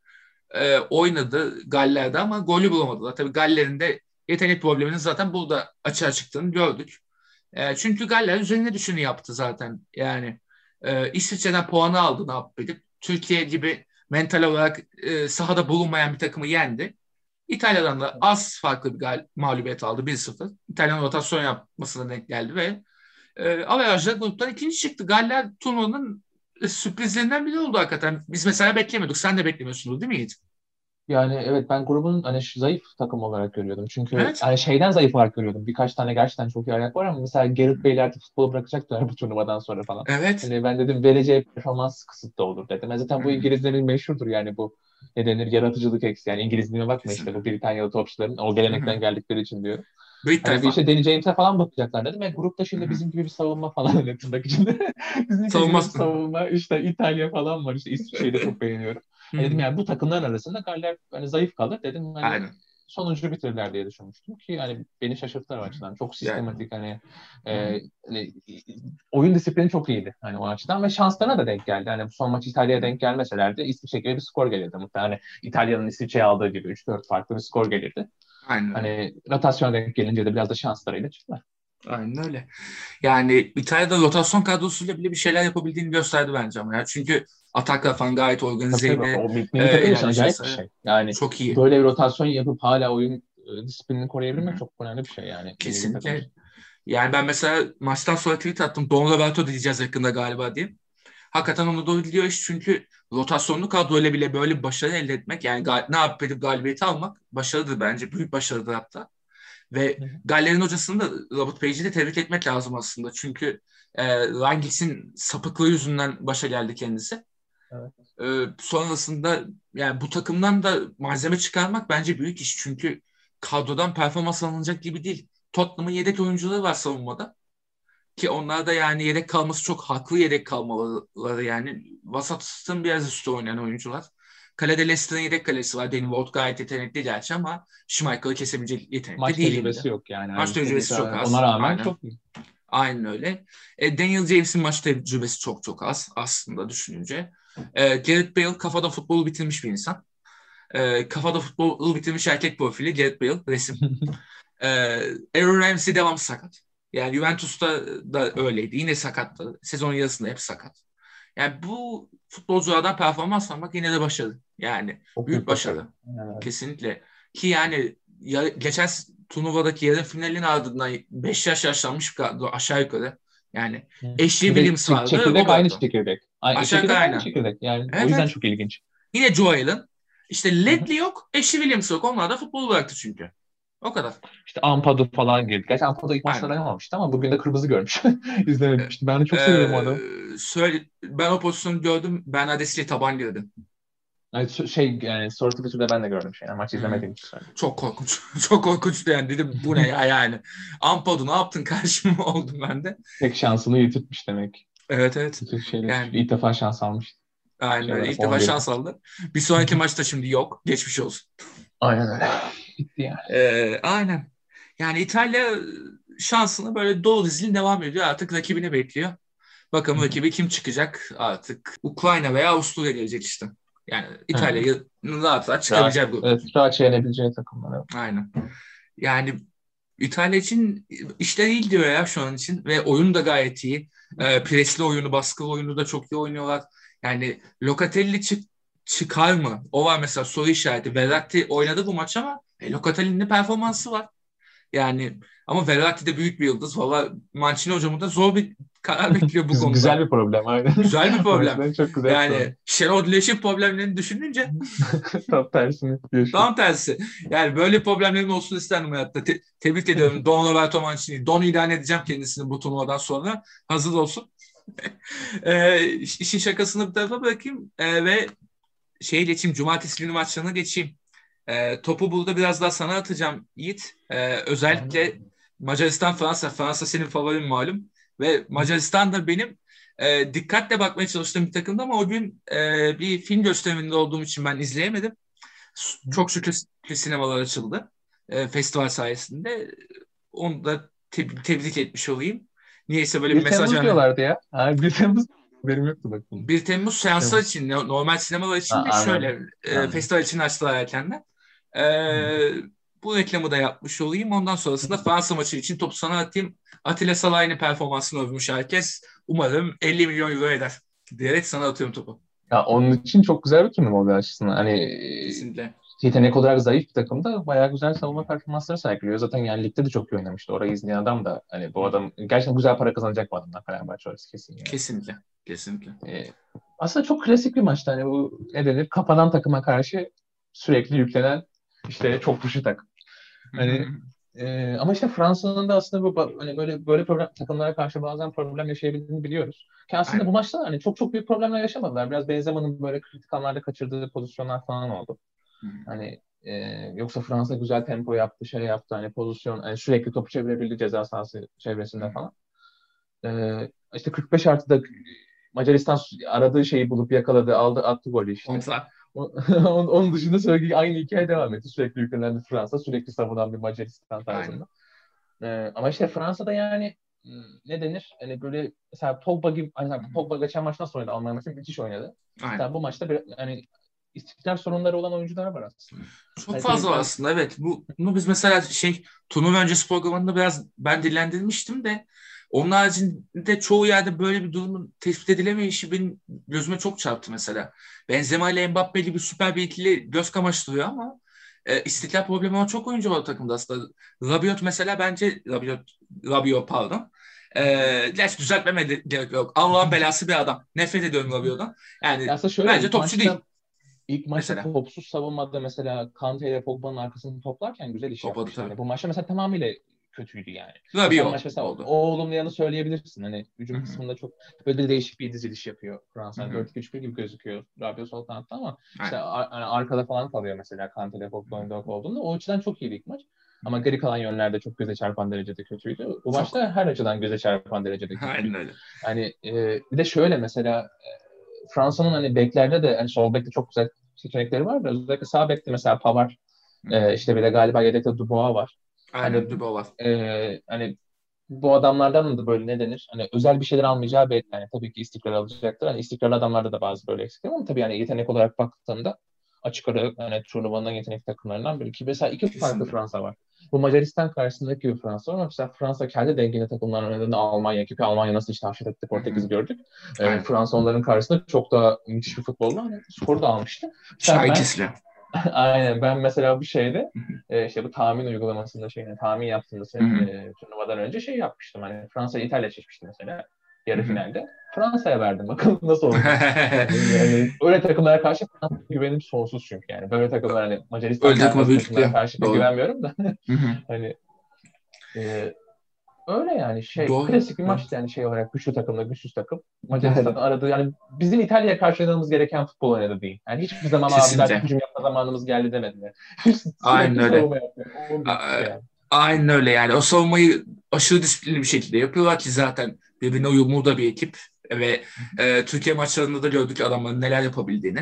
oynadı Galler'de ama golü bulamadılar. Tabii Galler'in de yetenek probleminin zaten burada açığa çıktığını gördük. Çünkü Galler üzerine düşeni yaptı zaten. Yani İsviçre'den puanı aldı ne yapıp Türkiye gibi mental olarak sahada bulunmayan bir takımı yendi. İtalya'dan da az farklı bir mağlubiyet aldı 1-0. İtalyan rotasyon yapmasına denk geldi ve averajla gruptan ikinci çıktı. Galler turnuvanın sürprizlerinden biri oldu hakikaten. Biz mesela beklemiyorduk. Sen de beklemiyorsunuz değil mi Yiğit? Yani evet, ben grubun hani zayıf takım olarak görüyordum. Çünkü Evet. hani şeyden zayıf olarak görüyordum. Birkaç tane gerçekten çok iyi ayak var ama mesela Gareth Bale artık futbolu bırakacaklar bu turnuvadan sonra falan. Evet. Hani ben dedim vereceği performans kısıtlı olur dedim. Zaten bu Hı, İngilizlerin meşhurdur yani bu ne denir, yaratıcılık eksi. Yani İngilizliğine bakma, işte bu kesinlikle. Britanyalı topçuların o Hı hı. gelenekten geldikleri için diyor. Brit Hani bir tayfa. işte Danny James'e falan bakacaklar dedim. Grupta Hı şimdi hı. bizim gibi bir savunma falan hani tırnak içinde. Bizim gibi Savunma. bir savunma işte İtalya falan var. İşte İsviçre'yi de çok beğeniyorum. Hı Hani dedim hı. yani bu takımların arasında Galler hani zayıf kalır dedim. Hani Aynen. sonuncu bitirirler diye düşünmüştüm ki hani beni şaşırttılar o açıdan. Çok Yani. sistematik hani, Hı hı. hani oyun disiplini çok iyiydi hani o açıdan ve şanslarına da denk geldi. Hani son maç Hı İtalya'ya hı. denk gelmeselerdi İsviçre gibi bir skor gelirdi muhtemelen. Hani İtalya'nın İsviçre'ye aldığı gibi 3-4 farklı bir skor gelirdi. Aynen öyle. Hani rotasyon denk gelince de biraz da şanslarıyla çıktılar. Aynen öyle. Yani İtalya'da rotasyon kadrosuyla bile bir şeyler yapabildiğini gösterdi bence ama ya. Çünkü ataklar falan gayet Tabii tabii. organizeydi. O milli takım için İlerleyiş acayip bir vesaire. şey. Yani Çok iyi. böyle bir rotasyon yapıp hala oyun disiplinini Hı koruyabilmek hı. çok önemli bir şey yani milli takım Kesinlikle. için. Yani ben mesela maçtan sonra tweet attım. Don Roberto diyeceğiz yakında galiba diye. Hakikaten onu doğru gidiyor iş çünkü rotasyonlu kadroyla bile böyle bir başarı elde etmek yani ne yapıp edip galibiyeti almak başarıdır bence. Büyük başarıdır hatta. Ve Hı hı. Galler'in hocasını da Robert Page'i de tebrik etmek lazım aslında. Çünkü Rangis'in sapıklığı yüzünden başa geldi kendisi. Evet. Sonrasında yani bu takımdan da malzeme çıkarmak bence büyük iş. Çünkü kadrodan performans alınacak gibi değil. Tottenham'ın yedek oyuncuları var savunmada. Ki onlar da yani yedek kalması çok haklı yedek kalmaları yani. Vasatın biraz üstü oynayan oyuncular. Kalede Leicester'ın yedek kalesi var. Danny Ward gayet yetenekli gerçi ama Schmeichel'ı kesebilecek yetenekte Maç değil yine de. tecrübesi yok yani. Maç Hani çok tecrübesi çok mesela ona az. rağmen Aynen. çok iyi. Aynen öyle. Daniel James'in maç tecrübesi çok çok az aslında düşününce. Gareth Bale kafada futbolu bitirmiş bir insan. Kafada futbolu bitirmiş erkek profili Gareth Bale resim. Ee, Aaron Ramsey devam sakat. Yani Juventus'ta da öyleydi. Yine sakattı. Sezon yarısında hep sakat. Yani bu futbolculardan performans almak yine de başarı. Yani Çok büyük büyük başarı. başarı. Yani, Kesinlikle. Ki yani geçen turnuvadaki yarı finalin ardından 5 yaş yaşlanmış bir kadro aşağı yukarı. Yani Ashley bir de Williams vardı, çekirdek aynı Roberto. çekirdek. Aşağı yukarı Çekirdek aynı aynı. çekirdek. Yani o Evet yüzden evet. çok ilginç. Yine Joe Allen. İşte Hı hı. Ledley yok, Ashley Williams yok. Onlar da futbolu bıraktı çünkü. O kadar. İşte Ampadu falan girdi. Gerçi Ampadu ilk maçta Aynen. oynamamıştı ama bugün de kırmızı görmüş. İzlememiştim. Ben de çok seviyorum o adamı. Ben o pozisyonu gördüm. Bernardeschi taban girdi. Yani yani soru Twitter'da ben de gördüm şey. Yani maç Hmm. izlemediğim için söyleyeyim. Çok korkunç. Çok korkunçtu yani. Dedim bu ne ya yani. Ampadu ne yaptın karşıma oldum ben de. Tek şansını yitirtmiş demek. Evet evet. Bütün şeyler. Yani Çünkü ilk defa şans almış aynen şey öyle. olarak İlk defa 11'de. şans aldı. Bir sonraki maçta şimdi yok. Geçmiş olsun. Aynen öyle. Bitti yani. Aynen. Yani İtalya şansını böyle dolu dizgin devam ediyor. Artık rakibini bekliyor. Bakalım rakibi kim çıkacak artık. Ukrayna veya Avusturya gelecek işte. Yani Hı. İtalya'yı rahat rahat Rahat, çıkabileceği bir grup. evet, rahat yenebileceği takımlar. Evet. Aynen. Yani İtalya için işler iyi gidiyor ya şu an için ve oyun da gayet iyi. Presli oyunu, baskılı oyunu da çok iyi oynuyorlar. Yani Locatelli çıkar mı? O var mesela soru işareti. Verratti oynadı bu maç ama Locatelli'nin de performansı var. Yani ama Verratti de büyük bir yıldız. Valla Mancini hocamın da zor bir karar bekliyor bu Güzel konuda. bir problem. Aynen. Güzel bir O problem. açıdan çok güzel bir problem. Yani Şenol Güneş'in problemlerini düşününce Tam tersini yaşıyor. tam tersi. Yani böyle problemlerim olsun isterdim hayatta. Tebrik ediyorum Don Roberto Mancini. Don ilan edeceğim kendisini bu turnuvadan sonra. Hazır olsun. İşin şakasını bir tarafa bırakayım ve geçeyim. Cumartesi günü maçlarına geçeyim. Topu burada biraz daha sana atacağım Yiğit. Özellikle Macaristan-Fransa. Fransa senin favorin malum. Ve Macaristan da benim dikkatle bakmaya çalıştığım bir takımdı ama o gün bir film gösteriminde olduğum için ben izleyemedim. Çok şükür sinemalar açıldı. Festival sayesinde. Onu da tebrik etmiş olayım. Niyeyse böyle bir 1 mesaj Temmuz vermek. diyorlardı ya. Ha, 1 Temmuz benim yoktu bak bunun. 1 Temmuz 1 seanslar Temmuz. için, normal sinemalar Ha, için de anladım. şöyle Anladım. festival için açtılar erkenden. Hı. Bu reklamı da yapmış olayım. Ondan sonrasında Fransa maçı için topu sana atayım. Atilla Salah'ın performansını övmüş herkes. Umarım 50 milyon euro eder diyerek sana atıyorum topu. Ya onun için çok güzel bir turnuva bir açısından. Hani Kesinlikle. yetenek olarak zayıf bir takım da bayağı güzel savunma performansları sergiliyor. Zaten yani ligde de çok iyi oynamıştı. Orayı izleyen adam da hani bu adam gerçekten güzel para kazanacak bu adamdan Fenerbahçe orası kesin yani. Kesinlikle. Kesinlikle. Aslında çok klasik bir maçtı. Hani bu ne denir? Kapanan takıma karşı sürekli yüklenen işte çok güçlü takım. Hani ama işte Fransa'nın da aslında bu hani böyle problem, takımlara karşı bazen problem yaşayabildiğini biliyoruz. Ki aslında bu Aynen. maçta hani çok büyük problemler yaşamadılar. Biraz Benzema'nın böyle kritik anlarda kaçırdığı pozisyonlar falan oldu. Hani yoksa Fransa güzel tempo yaptı, şey yaptı hani pozisyon hani sürekli topu çevirebildi ceza sahası çevresinde falan. İşte 45 artıda Macaristan aradığı şeyi bulup yakaladı, aldı, attı golü işte. Kontra. Onun dışında sürekli aynı hikaye devam etti. Sürekli yüklenen bir Fransa, sürekli savunan bir Macaristan Aynen. tarzında. Ama işte Fransa'da yani ne denir? Hani böyle mesela Pogba gibi, hani Pogba geçen maç nasıl oynadı? Almanya maçında müthiş oynadı. Aynen. Mesela bu maçta bir, hani istikrar sorunları olan oyuncular var aslında. Çok Hani fazla tabii var ben aslında, evet. Bunu biz mesela turnuva öncesi programında biraz ben dillendirmiştim de onun haricinde çoğu yerde böyle bir durumun tespit edilemeyişi benim gözüme çok çarptı mesela. Benzema ile Mbappe gibi süper bir ikili göz kamaştırıyor ama istiklal problemi olan çok oyuncu var takımda aslında. Rabiot mesela bence Rabiot pardon. Gerçi düzeltmeme gerek yok. Allah'ın belası bir adam. Nefret ediyorum Rabiot'dan. Yani aslında şöyle bence topçu değil ilk maçta mesela. topsuz savunmada mesela Kante ile Pogba'nın arkasını toplarken güzel iş Topladı yapmıştı. tabii. Hani bu maçta mesela tamamıyla kötüydü yani. O sen maç Rabiot mesela oldu. o olumlu yanı söyleyebilirsin. Hani Hı hücum hı. kısmında çok böyle bir değişik bir diziliş yapıyor Hı Fransa. Yani hı. 4-2-3-1 gibi gözüküyor Rabiot sol kanatta ama işte Aynen. hani arkada falan kalıyor mesela Kante ile Hı hı. Pogba'nın dört olduğunda. O açıdan çok iyiydi ilk maç. Hı Ama hı. geri kalan yönlerde çok göze çarpan derecede kötüydü. Bu Çok. maçta her açıdan göze çarpan derecede Aynen kötüydü. öyle. Hani bir de şöyle mesela Fransa'nın hani beklerde de hani sol bekte çok güzel seçenekleri var da özellikle sağ bekte mesela Pavard Hı hı. işte bir de galiba yedekte Dubois var. Aynen. Hani Dubois var. hani bu adamlardan da böyle ne denir? Hani özel bir şeyler almayacağı belli. Yani tabii ki istikrar alacaktır. Hani istikrarlı adamlarda da bazı böyle eksikler var ama tabii yani yetenek olarak baktığımda açık ara hani turnuvanın yetenek takımlarından biri. Ki mesela iki farklı Kesinlikle. Fransa var. Bu Macaristan karşısındaki bir Fransa var ama mesela Fransa kendi dengeli takımlar oynadığında Almanya gibi Almanya nasıl işte haşet etti Hı hı. Portekiz'i gördük. Aynen. Fransa onların karşısında çok daha müthiş bir futbolla hani skoru da almıştı. Mesela Şahin ben kesiliyor. aynen ben mesela bu şeyde Hı hı. işte bu tahmin uygulamasında tahmin yaptığımda Hı hı. turnuvadan önce şey yapmıştım. Hani Fransa İtalya çekmişti mesela Hı yarı hı. finalde. Fransa'ya verdim. Bakalım nasıl olacak. Yani böyle takımlara karşı Fransa'ya güvenim sonsuz çünkü yani. Böyle takımlar hani Macaristan Öyle takıma tarzı büyük takımlara tutuyor. karşı pek Doğru. güvenmiyorum da Hı hı. hani e, öyle yani Doğru. klasik bir Doğru. maçtı yani olarak güçlü takımla güçsüz takım. Hı hı. Macaristan'ın aradığı yani bizim İtalya'ya karşı oynamamız gereken futbol oynadı değil. Yani hiçbir zaman abi artık Kesinlikle. hücum yapma zamanımız geldi demediler. Aynen Sürekli öyle. savunma yapıyor. O A- bitti yani. Aynen öyle yani. O savunmayı aşırı disiplinli bir şekilde yapıyorlar ki zaten birbirine uyumlu da bir ekip ve Türkiye maçlarında da gördük adamların neler yapabildiğini.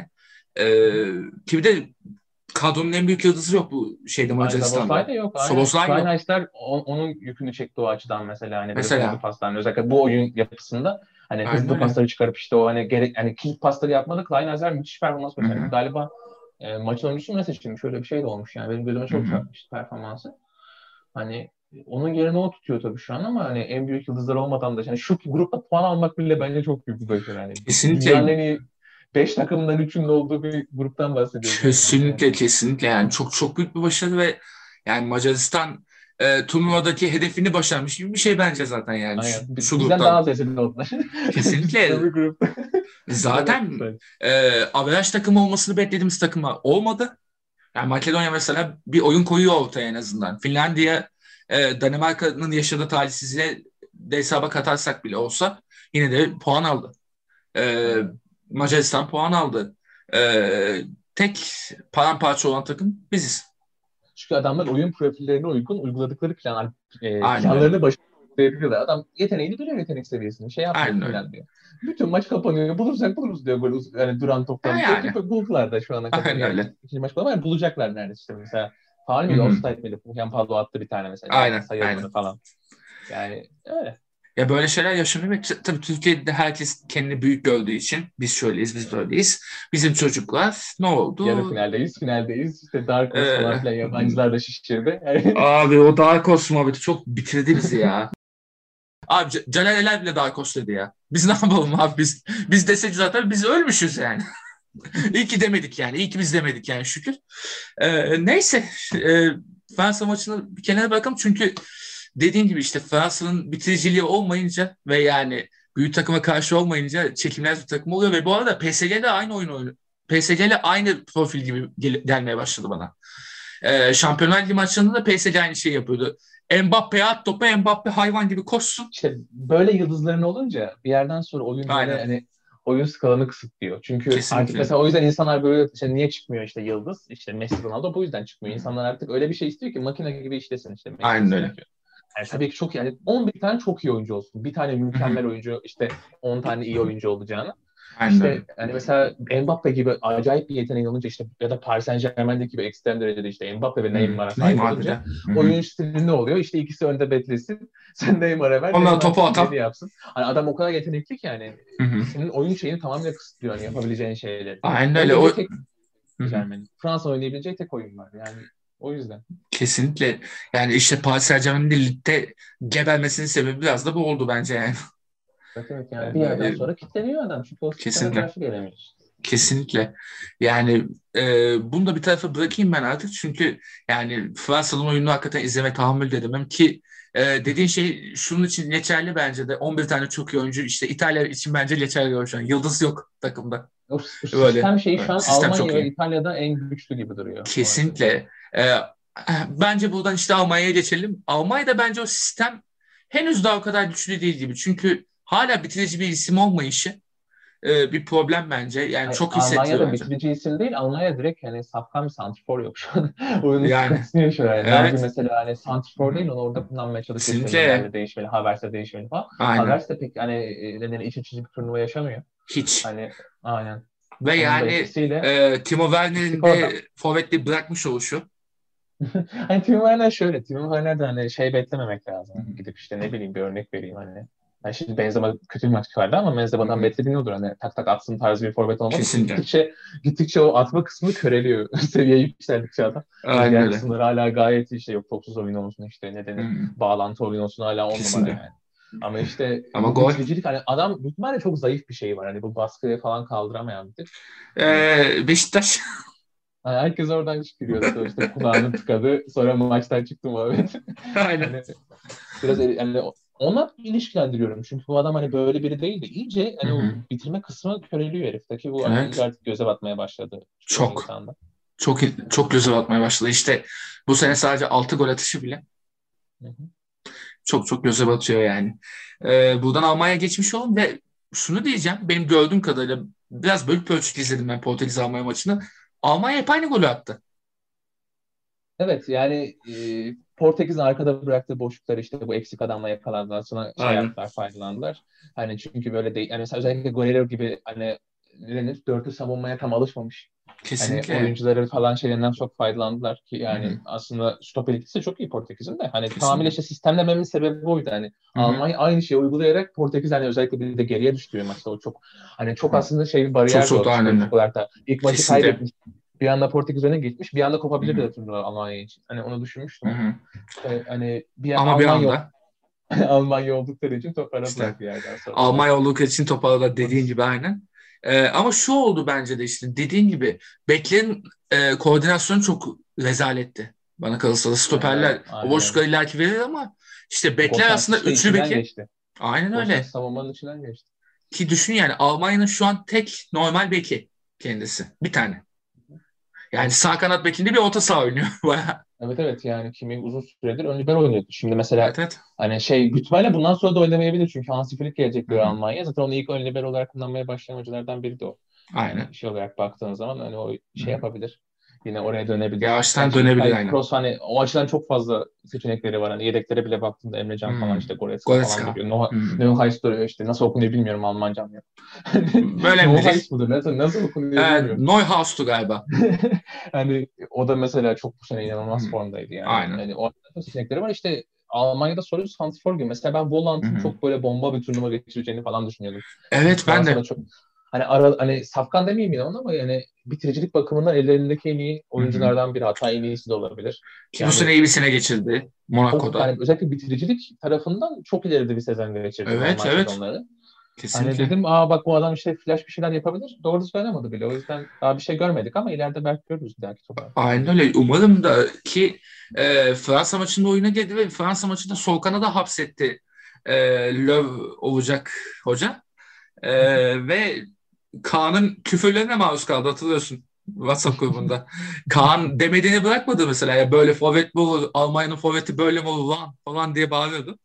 Ki bir de kadronun en büyük yıldızı yok bu Szoboszlai Macaristan'da. da yok. Aynen. Szoboszlai yok. Kleinheisler onun yükünü çekti o açıdan mesela. Hani böyle hızlı Mesela. paslar. Özellikle bu oyun yapısında hani Aynen hızlı öyle. pasları çıkarıp işte o hani hani kilit pasları yapmadı. Kleinheisler müthiş performans Hı gösterdi. hı. Galiba maçın oyuncusu mu ne seçilmiş? Şöyle bir şey de olmuş yani. Benim gözüme Hı çok hı. çarpmıştı performansı. Hani onun yerine o tutuyor tabii şu an ama hani en büyük yıldızlar olmadan da yani şu grupta puan almak bile bence çok büyük bir başarı. Yani dünyanın Kesinlikle. en iyi 5 takımdan 3'ünün olduğu bir gruptan bahsediyoruz neredeyse yani. Kesinlikle, kesinlikle yani çok büyük bir başarı ve yani Macaristan turnuvadaki hedefini başarmış gibi bir şey bence zaten yani Aynen. şu Bizden daha gruptan. az rezil oldular. Biz Kesinlikle öbür grupta güzel zaten yaptılar. averaj takım olmasını beklediğimiz takımlar olmadı. Yani Makedonya mesela bir oyun koyuyor ortaya en azından. Finlandiya, Danimarka'nın yaşadığı talihsizliğe de hesaba katarsak bile olsa yine de puan aldı. E, Aynen. Macaristan puan aldı. E, tek paramparça olan takım biziz. Çünkü adamlar oyun profillerine uygun uyguladıkları Aynen öyle. planlarını başarılı uygulayabiliyorlar. Adam yeteneğini biliyor, yetenek seviyesini. Şey yapmıyor, Aynen öyle. sinirlenmiyor. Bütün maç kapanıyor. Bulursak buluruz diyor böyle yani duran toptan. Yani. Ki buldular da şu ana kadar. Aynen Yani öyle. ikinci maç falan bulacaklar neredeyse. İşte mesela faul Hı müydü? hı. Offside miydi? Fulham Pablo attı bir tane mesela. Aynen. Sayılmadı Aynen. falan. Yani öyle. Ya böyle şeyler yaşanıyor ve tabii Türkiye'de herkes kendini büyük gördüğü için biz şöyleyiz, biz böyleyiz. Bizim çocuklar ne Yarı oldu? finaldeyiz, finaldeyiz. İşte Dark Horse falan Ee, filan yabancılar da şişirdi. Yani abi o Dark Horse muhabbeti çok bitirdi bizi ya. Abi Caner Eler bile Dark Horse dedi ya. Biz ne yapalım abi biz? Biz desek zaten biz ölmüşüz yani. İyi ki demedik yani. İyi ki biz demedik yani şükür. Neyse. E, Fransa maçını bir kenara bırakalım. Çünkü dediğim gibi işte Fransa'nın bitiriciliği olmayınca ve yani büyük takıma karşı olmayınca çekilmez bir takım oluyor. Ve bu arada PSG'de aynı oyun oynuyor. PSG'yle aynı profil gibi gelmeye başladı bana. Şampiyonlar Ligi maçlarında da PSG aynı şeyi yapıyordu. Mbappe'ye at topu, Mbappe hayvan gibi koşsun. işte böyle yıldızların olunca bir yerden sonra oyun böyle Aynen. hani oyun skalanı kısıtlıyor. Çünkü artık Kesinlikle. mesela o yüzden insanlar böyle işte niye çıkmıyor işte yıldız? İşte Messi, Ronaldo bu yüzden çıkmıyor. İnsanlar artık öyle bir şey istiyor ki makine gibi işlesin işte Messi Aynen istiyor öyle. ki. Yani tabii ki çok yani 11 tane çok iyi oyuncu olsun. Bir tane Hı hı. mükemmel oyuncu işte 10 tane iyi oyuncu olacağını. Aynen öyle. İşte yani mesela Mbappe gibi acayip bir yeteneği olunca işte ya da Paris Saint-Germain'deki gibi ekstrem derecede işte Mbappe ve Hı hı. Neymar'a sahip Neymar bir de. olunca Hı hı. oyun stili ne oluyor? İşte ikisi önde beklesin. Sen Neymar'a ver. Onlara Neymar topu istediğini atan. yapsın. Hani adam o kadar yetenekli ki yani Hı hı. senin oyun şeyini tamamen kısıtlıyor hani yapabileceğin şeyleri. Aynen öyle. Oynayabileceği tek Hı hı. Saint-Germain'in. Fransa oynayabileceği tek oyun var. Yani o yüzden. Kesinlikle. Yani işte Paris Saint-Germain'in de ligde gebermesinin sebebi biraz da bu oldu bence yani. Evet, evet yani bir yerden Böyle, sonra kilitleniyor adam. Çünkü o sisteme kesinlikle. karşı gelemiyor. Kesinlikle. Yani bunu da bir tarafa bırakayım ben artık. Çünkü yani Fransa'nın oyununu hakikaten izlemek tahammül de edemem ki dediğin şey şunun için geçerli bence de 11 tane çok iyi oyuncu işte İtalya için bence geçerli şu an. Yıldız yok takımda. O Böyle. sistem şeyi şu Evet, an sistem çok Almanya ve iyi. İtalya'da en güçlü gibi duruyor. Onu söyleyeyim. Kesinlikle. Bence buradan işte Almanya'ya geçelim. Almanya'da bence o sistem henüz daha o kadar güçlü değil gibi. Çünkü hala bitirici bir isim olmayışı bir problem bence. Yani çok hissettiriyor Almanya'da bence. bitirici isim değil. Almanya direkt hani safkan bir santrfor yok şu an. Oyunun Yani sıkıntısını yaşıyor. Yani Nabri evet. mesela hani Hı santrfor hı. değil onu orada kullanmaya çalışıyor. İşte Kesinlikle. Müller'le değişmeli, Havertz'le değişmeli falan. Aynen. Havertz de pek hani nedeni iç açıcı bir turnuva yaşamıyor. Hiç. Hani aynen. Ve Onun da yani etkisiyle Timo Werner'in pislik orada. de forvetliği bırakmış oluşu. Hani Timo Werner şöyle. Timo Werner'de hani şey beklememek lazım. Hı hı. Hani gidip işte ne bileyim bir örnek vereyim hani. Yani şimdi Benzema kötü bir maç çıkardı ama Hı Benzema'dan hı. beklediğini olur. Hani tak tak atsın tarzı bir forvet olmadı ki Kesinlikle. gittikçe o atma kısmını köreliyor. Seviye yükseldikçe adam. Hani Aynen diğer öyle. kısımları hala gayet iyi işte yok topsuz oyun olsun işte ne Hı denir hı. bağlantı oyun olsun hala 10 numara Kesinlikle. yani. Ama işte Ama bu gol. bitiricilik hani adam büyük ihtimalle çok zayıf bir şey var. Hani bu baskıya falan kaldıramayan bir tip. Hani Beşiktaş. herkes oradan çıkıyor zaten işte kulağını tıkadı sonra maçtan çıktı muhabbet. Aynen. Hani biraz yani ona ilişkilendiriyorum. Çünkü bu adam hani böyle biri değil de iyice Hı hani o hı. bitirme kısmı köreliyor herifteki. Bu iyice Evet. artık göze batmaya başladı çoğu Çok. insanda. Çok çok göze batmaya başladı. İşte bu sene sadece 6 gol atışı bile Hı hı. çok çok göze batıyor yani. Buradan Almanya geçmiş olun ve şunu diyeceğim. Benim gördüğüm kadarıyla biraz bölük pörçük izledim ben Portekiz Almanya maçını. Almanya hep aynı golü attı. Evet yani Portekiz'in arkada bıraktığı boşlukları işte bu eksik adamla yakalandılar sonra şey Aynen. yaptılar faydalandılar. Hani çünkü böyle değil yani mesela özellikle Guerrero gibi hani ne denir dörtlü savunmaya tam alışmamış. Hani Kesinlikle. oyuncuları falan şeylerinden çok faydalandılar ki Hı hı. yani aslında stoper ikisi çok iyi Portekiz'in de. Hani tamamıyla Kesinlikle. işte sistemlememin sebebi oydu. Hani Hı hı. Almanya aynı şeyi uygulayarak Portekiz hani özellikle bir de geriye düştüğü maçta o çok hani çok Hı hı. aslında şey bir Çok bariyer çok doğdu daha önemli. psikolojik olarak da. İlk maçı Kesinlikle. kaybetmiş. Bir anda Portekiz öne geçmiş. Bir anda Hı kopabilirdi hı. de turnuva Almanya için. Hani onu Hı düşünmüştüm ama hı. işte hani bir Ama bir Almanya anda Almanya oldukları için toparladılar işte bir yerden sonra da. Almanya olduğu için toparladı dediğin Polis. gibi aynen. Ama şu oldu bence de işte dediğin gibi beklerin koordinasyonu çok rezaletti. Bana kalırsa da Aynen öyle. stoperler o Aynen öyle. boşlukları illaki verir ama işte bekler Gosens aslında işte üçlü içinden beki. geçti. Aynen Gosens öyle. savunmanın içinden geçti. Ki düşün yani Almanya'nın şu an tek normal beki kendisi. Bir tane. Yani Evet. sağ kanat bekinde bir orta saha oynuyor. Bayağı. Evet, evet yani Kimi uzun süredir ön libero oynuyordu. Şimdi mesela Evet evet. hani şey Gütmen'le bundan sonra da oynamayabilir çünkü Hansi Flick gelecek Hı diyor hı. Almanya. Zaten onu ilk ön libero olarak kullanmaya başlayan hocalardan biri de o. Aynen. Yani şey olarak baktığın zaman hani o şey yapabilir. Yine oraya dönebilir. Yavaştan Gerçi dönebilir İlkay aynen. Kroos hani o açıdan çok fazla seçenekleri var. Hani yedeklere bile baktığında Emrecan falan Hmm. işte Goretzka falan Goretzka. duruyor. Hmm. Neuhaus duruyor işte. Nasıl okunuyor bilmiyorum, Almancam yok. Böyle mi Neuhaus diyeceğiz? mudur? Nasıl okunuyor bilmiyorum. Neuhaus'tu galiba. Hani o da mesela çok bu sene inanılmaz Hmm. formdaydı yani. Aynen. Yani o açıdan seçenekleri var. İşte Almanya'da soru santrfor gibi. Mesela ben Hı Volant'ın hı. çok böyle bomba bir turnuva geçireceğini falan düşünüyordum. Çünkü Evet ben Fransa'da de. çok hani hani safkan demeyeyim yine ona ama yani bitiricilik bakımından ellerindeki en iyi Hı hı. oyunculardan biri, hatta en iyisi de olabilir. Ki bu sene Yani iyi bir sene geçirdi çok Monaco'da. yani özellikle bitiricilik tarafından çok ileride bir sezon geçirdi Evet normal evet. sezonları. Hani Kesinlikle. dedim bak bu adam işte flash bir şeyler yapabilir. Doğru söylemedi bile. O yüzden daha bir şey görmedik ama ileride belki görürüz bir dahaki turda. Aynen öyle. Umarım da ki Fransa maçında oyuna girdi ve Fransa maçında Solkan'ı da hapsetti. Löw olacak hoca. Ve Kaan'ın küfürlerine maruz kaldı, hatırlıyorsun WhatsApp grubunda. Kaan demediğini bırakmadı mesela. Ya böyle forvet mi olur? Almanya'nın forveti böyle mi olur lan falan diye bağırıyordu.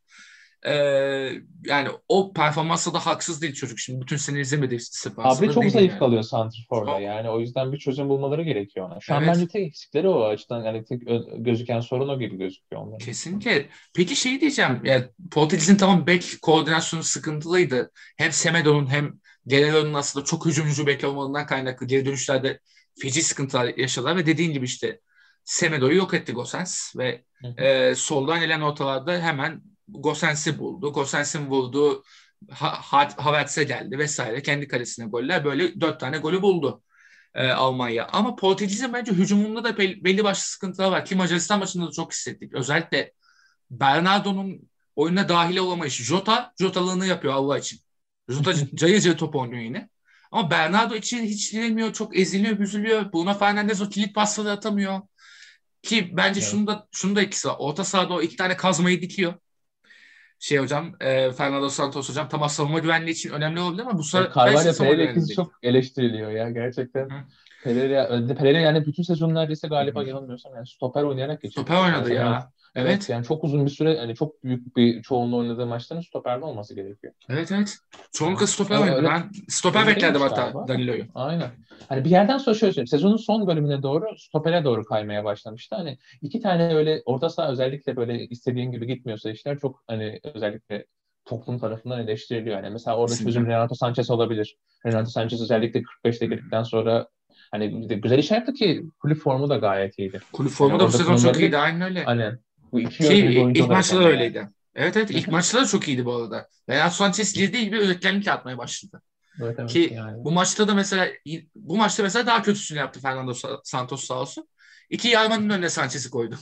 Yani o performansla da haksız değil çocuk. Şimdi bütün sene izlemedi Sabri Sivas'ta çok değil zayıf yani. kalıyor santrforda. Çok. Yani o yüzden bir çözüm bulmaları gerekiyor ona. Şu an bence Evet. tek eksikleri o açıdan. Yani tek gözüken sorun o gibi gözüküyor onların. Kesinlikle. Peki şey diyeceğim. Ya, Portekiz'in tamam bek koordinasyonu sıkıntılıydı. Hem Semedo'nun hem Guerreiro'nun aslında çok hücumcu bek olmalarından kaynaklı geri dönüşlerde feci sıkıntılar yaşadılar ve dediğin gibi işte Semedo'yu yok etti Gosens ve Hı hı. soldan gelen ortalarda hemen Gosens'i buldu. Gosens'in vurduğu Havertz'e geldi vesaire. Kendi kalesine goller. Böyle 4 tane golü buldu Almanya. Ama Portekiz'in bence hücumunda da belli başlı sıkıntılar var. Ki Macaristan maçında da çok hissettik. Özellikle Bernardo'nun oyuna dahil olamayışı. Jota'lığını yapıyor Allah için. Jota cayır cayır top oynuyor yine. Ama Bernardo için hiç giremiyor. Çok eziliyor, büzülüyor. Bruno Fernandes o kilit pasları atamıyor. Ki bence Evet. şunun da etkisi var. Orta sahada o 2 tane kazmayı dikiyor. Şey hocam, Fernando Santos hocam tamam savunma güvenliği için önemli olabilir ama bu sefer için Carvalho savunma Pereira güvenliği ikisi değil. çok eleştiriliyor ya gerçekten. Hı. Pereira yani bütün sezon neredeyse Hı galiba hı. yanılmıyorsam yani stoper oynayarak geçirdi Stoper oynadı sanırsam. Yani ya. evet Evet. yani çok uzun bir süre hani çok büyük bir çoğunluğu oynadığı maçların stoperde olması gerekiyor. Evet evet. Çoğunlukla Yani stoper oynadı. öyle Ben stoper öyle beklerdim değilmiş hatta galiba da. Danilo'yu. Aynen. Hani bir yerden sonra şöyle söyleyeyim. Sezonun son bölümüne doğru stopere doğru kaymaya başlamıştı. Hani iki tane öyle orta saha özellikle böyle istediğin gibi gitmiyorsa işler çok hani özellikle toplum tarafından eleştiriliyor. Yani mesela orada çözüm Kesinlikle. Renato Sanchez olabilir. Renato Sanchez özellikle 45'te Hı. girdikten sonra hani bir de güzel iş yaptı ki kulüp formu da gayet iyiydi. Kulüp Hani formu da bu orada sezon çok iyiydi. kullanılabilir. Aynen öyle. Hani bu iki Ki yönlü bir oyuncu ilk olarak maçta da hem de yani. öyleydi. Evet evet ilk maçta da çok iyiydi bu arada. Renato Sanchez girdiği gibi üretkenlik atmaya başladı. Evet evet Ki yani. bu maçta mesela daha kötüsünü yaptı Fernando Santos sağ olsun. İki yarmanın önüne Sanchez'i koydu.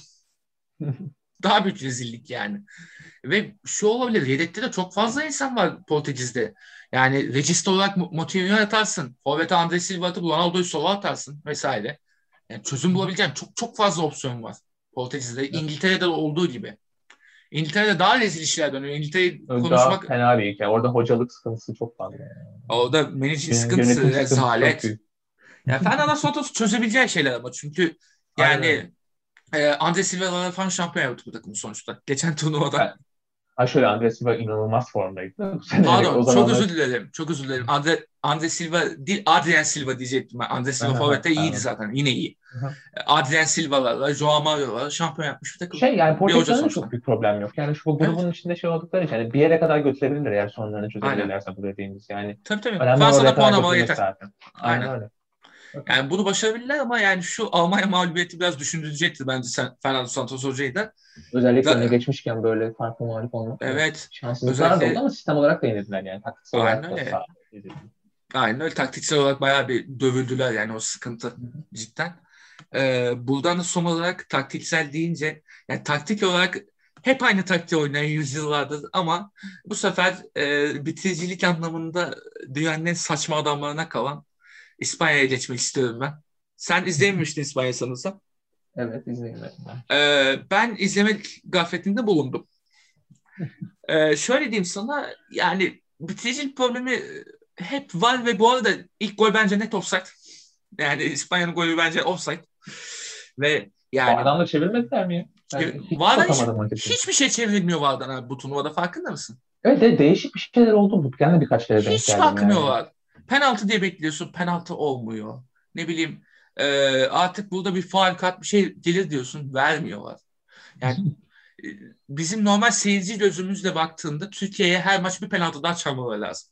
Daha büyük rezillik yani. Ve şu olabilir. Yedekte de çok fazla insan var Portekiz'de. Yani regista olarak Moutinho'yu atarsın. Forvet'e André Silva atıp Ronaldo'yu sola atarsın vesaire. Yani çözüm bulabileceğin çok çok fazla opsiyon var Portekiz'de. İngiltere'de de olduğu gibi. İngiltere'de daha rezil işler dönüyor. İngiltere'yi Daha konuşmak fena bir hikaye. Orada hocalık sıkıntısı çok fazla. orada managing Yönetim sıkıntısı, sıkıntısı çok rezalet. büyük. Yani Fernando Santos çözebileceği şeyler ama çünkü Aynen öyle. yani Andre Silva'la falan şampiyon yaptı bu takım sonuçta. Geçen turnuvada. Ha, şöyle Andres Silva inanılmaz formdaydı. Bu sene hani Pardon, o çok zamanlar özür dilerim. Çok özür dilerim. Andre Silva değil, Adrien Silva diyecektim ben. Andre Silva forvette iyiydi Pardon. zaten. Yine iyi. Adrien Silva'larla, Joao Mario'larla şampiyon yapmış bir takım. Şey yani Bir hoca Portekiz'de de sonuçta. çok büyük problem yok. Yani şu Evet, grubun içinde şey oldukları için hani bir yere kadar götürebilirler eğer sorunlarını aynen. çözebilirlerse bu dediğimiz. Yani Tabii tabii. önemli olan oraya Fransa'da kadar puan almaları götürmek yeter. zaten. Aynen Aynen. öyle. Yani bunu başarabilirler ama yani şu Almanya mağlubiyeti biraz düşündürecektir bence Fernando Santos Hoca'yı da. Özellikle öne Da geçmişken böyle farklı mağlup olmak evet. evet. Şanssızlıklar da oldu Özellikle ama sistem olarak da yenildiler yani. Taktiksel aynen olarak da öyle. sağ edildi. Aynen öyle. Taktiksel olarak bayağı bir dövüldüler yani o sıkıntı cidden. Buradan da son olarak taktiksel deyince yani taktik olarak hep aynı taktiği oynayan yüzyıllardır ama bu sefer bitiricilik anlamında dünyanın en saçma adamlarına kalan İspanya'ya geçmek istiyorum ben. Sen izleyememiştin İspanya sanırsam. Evet izleyin ben. Ben izlemek gafletinde bulundum. Şöyle diyeyim sana yani bitiricilik problemi hep var ve bu arada ilk gol bence net offside. Yani İspanya'nın golü bence offside. Ve yani Bağdan da çevirmediler mi ya? Ben hiç VAR'dan bakamadım maç için. hiçbir şey çevrilmiyor VAR'dan abi bu turnuvada farkında mısın? Evet değişik bir şeyler oldu. Ben de birkaç kere denk Hiç geldim yani. bakmıyorlar. Penaltı diye bekliyorsun. Penaltı olmuyor. Ne bileyim artık burada bir faul kat bir şey gelir diyorsun. Vermiyorlar. Yani e, bizim normal seyirci gözümüzle baktığında Türkiye'ye her maç bir penaltı daha çalmaları lazım.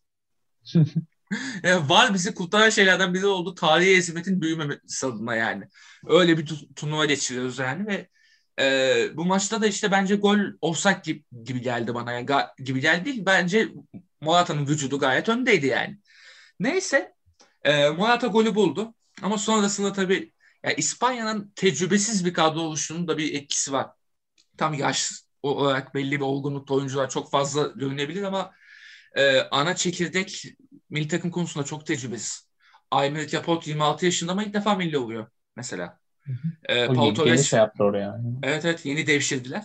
VAR bizi kurtaran şeylerden biri oldu. Tarihi hizmetin büyümemesi adına yani. Öyle bir turnuva geçiriyoruz yani ve bu maçta da işte bence gol offside gibi geldi bana. Yani gibi geldi değil. Bence Morata'nın vücudu gayet öndeydi yani. Neyse Morata golü buldu. Ama sonrasında tabii ya İspanya'nın tecrübesiz bir kadro oluşunun da bir etkisi var. Tam yaş olarak belli bir olgunlukta oyuncular çok fazla görünebilir ama ana çekirdek milli takım konusunda çok tecrübesiz. Aymeric Laporte 26 yaşında ama ilk defa milli oluyor mesela. O Pau yeni şey Torres yaptı oraya. evet evet yeni devşirdiler.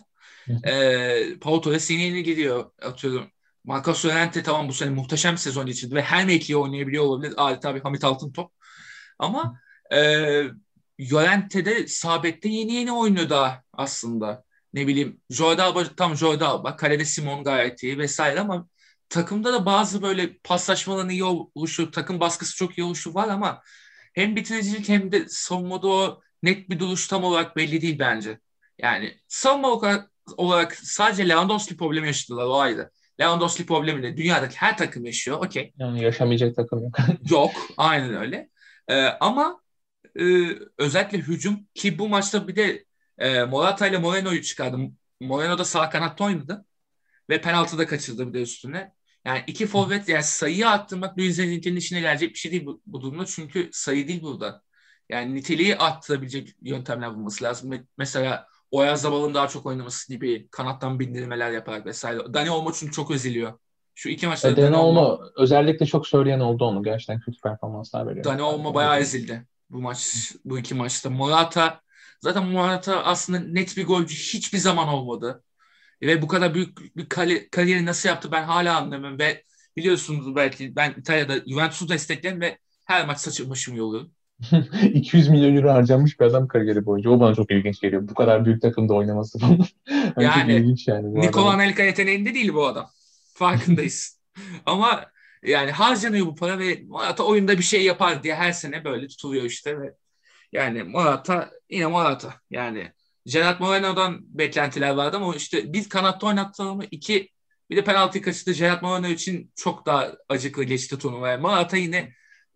Pau Torres yeni geliyor atıyorum. Marcos Llorente tamam bu sene muhteşem bir sezon geçirdi ve her mevkiyi oynayabiliyor olabilir. Adeta bir Hamit Altıntop. Ama e, Llorente de sağ bekte yeni oynuyor daha aslında. Ne bileyim Jordi Alba tam Jordi Alba. Kalede Simon gayet iyi vesaire ama takımda da bazı böyle paslaşmaların iyi oluşu, takım baskısı çok iyi oluşu var ama hem bitiricilik hem de savunmada o net bir duruş tam olarak belli değil bence. Yani savunma olarak sadece Lewandowski problemi yaşadılar o ayrı. Lewandowski problemiyle dünyadaki her takım yaşıyor. Okey. Yani yaşamayacak takım yok. Yok. Aynen öyle. Ama e, özellikle hücum ki bu maçta bir de Morata ile Moreno'yu çıkardım. Moreno da sağ kanatta oynadı ve penaltı da kaçırdı bir de üstüne. Yani iki forvet yani sayıyı arttırmak Luis Enrique'nin işine gelecek bir şey değil bu durumda. Çünkü sayı değil burada. Yani niteliği arttırabilecek yöntemler bulması lazım. Mesela Oyarzabal'ın daha çok oynaması gibi kanattan bindirmeler yaparak vesaire. Dani Olmo çünkü çok eziliyor. Şu iki maçta da Dani Olmo özellikle çok söyleyen oldu onu. Gerçekten kötü performanslar veriyor. Dani Olmo bayağı ezildi bu iki maçta. Morata zaten Morata aslında net bir golcü hiçbir zaman olmadı. Ve bu kadar büyük bir kariyeri nasıl yaptı ben hala anlamıyorum. Ve biliyorsunuz belki ben İtalya'da Juventus'u desteklerim ve her maç saçım başım yoluyorum. 200 milyon euro harcanmış bir adam kariyeri boyunca. O bana çok ilginç geliyor. Bu kadar büyük takımda oynaması falan. Hani çok Yani ilginç yani bu Nikola adamın. Anelka yeteneğinde değil bu adam. Farkındayız. Ama yani harcanıyor bu para ve Morata oyunda bir şey yapar diye her sene böyle tutuluyor işte ve yani Morata yine Morata. Yani Gerard Moreno'dan beklentiler vardı ama işte bir kanatta oynattı ama iki bir de penaltı kaçırdı. Gerard Moreno için çok daha acıklı geçti turnuvaya. Morata yine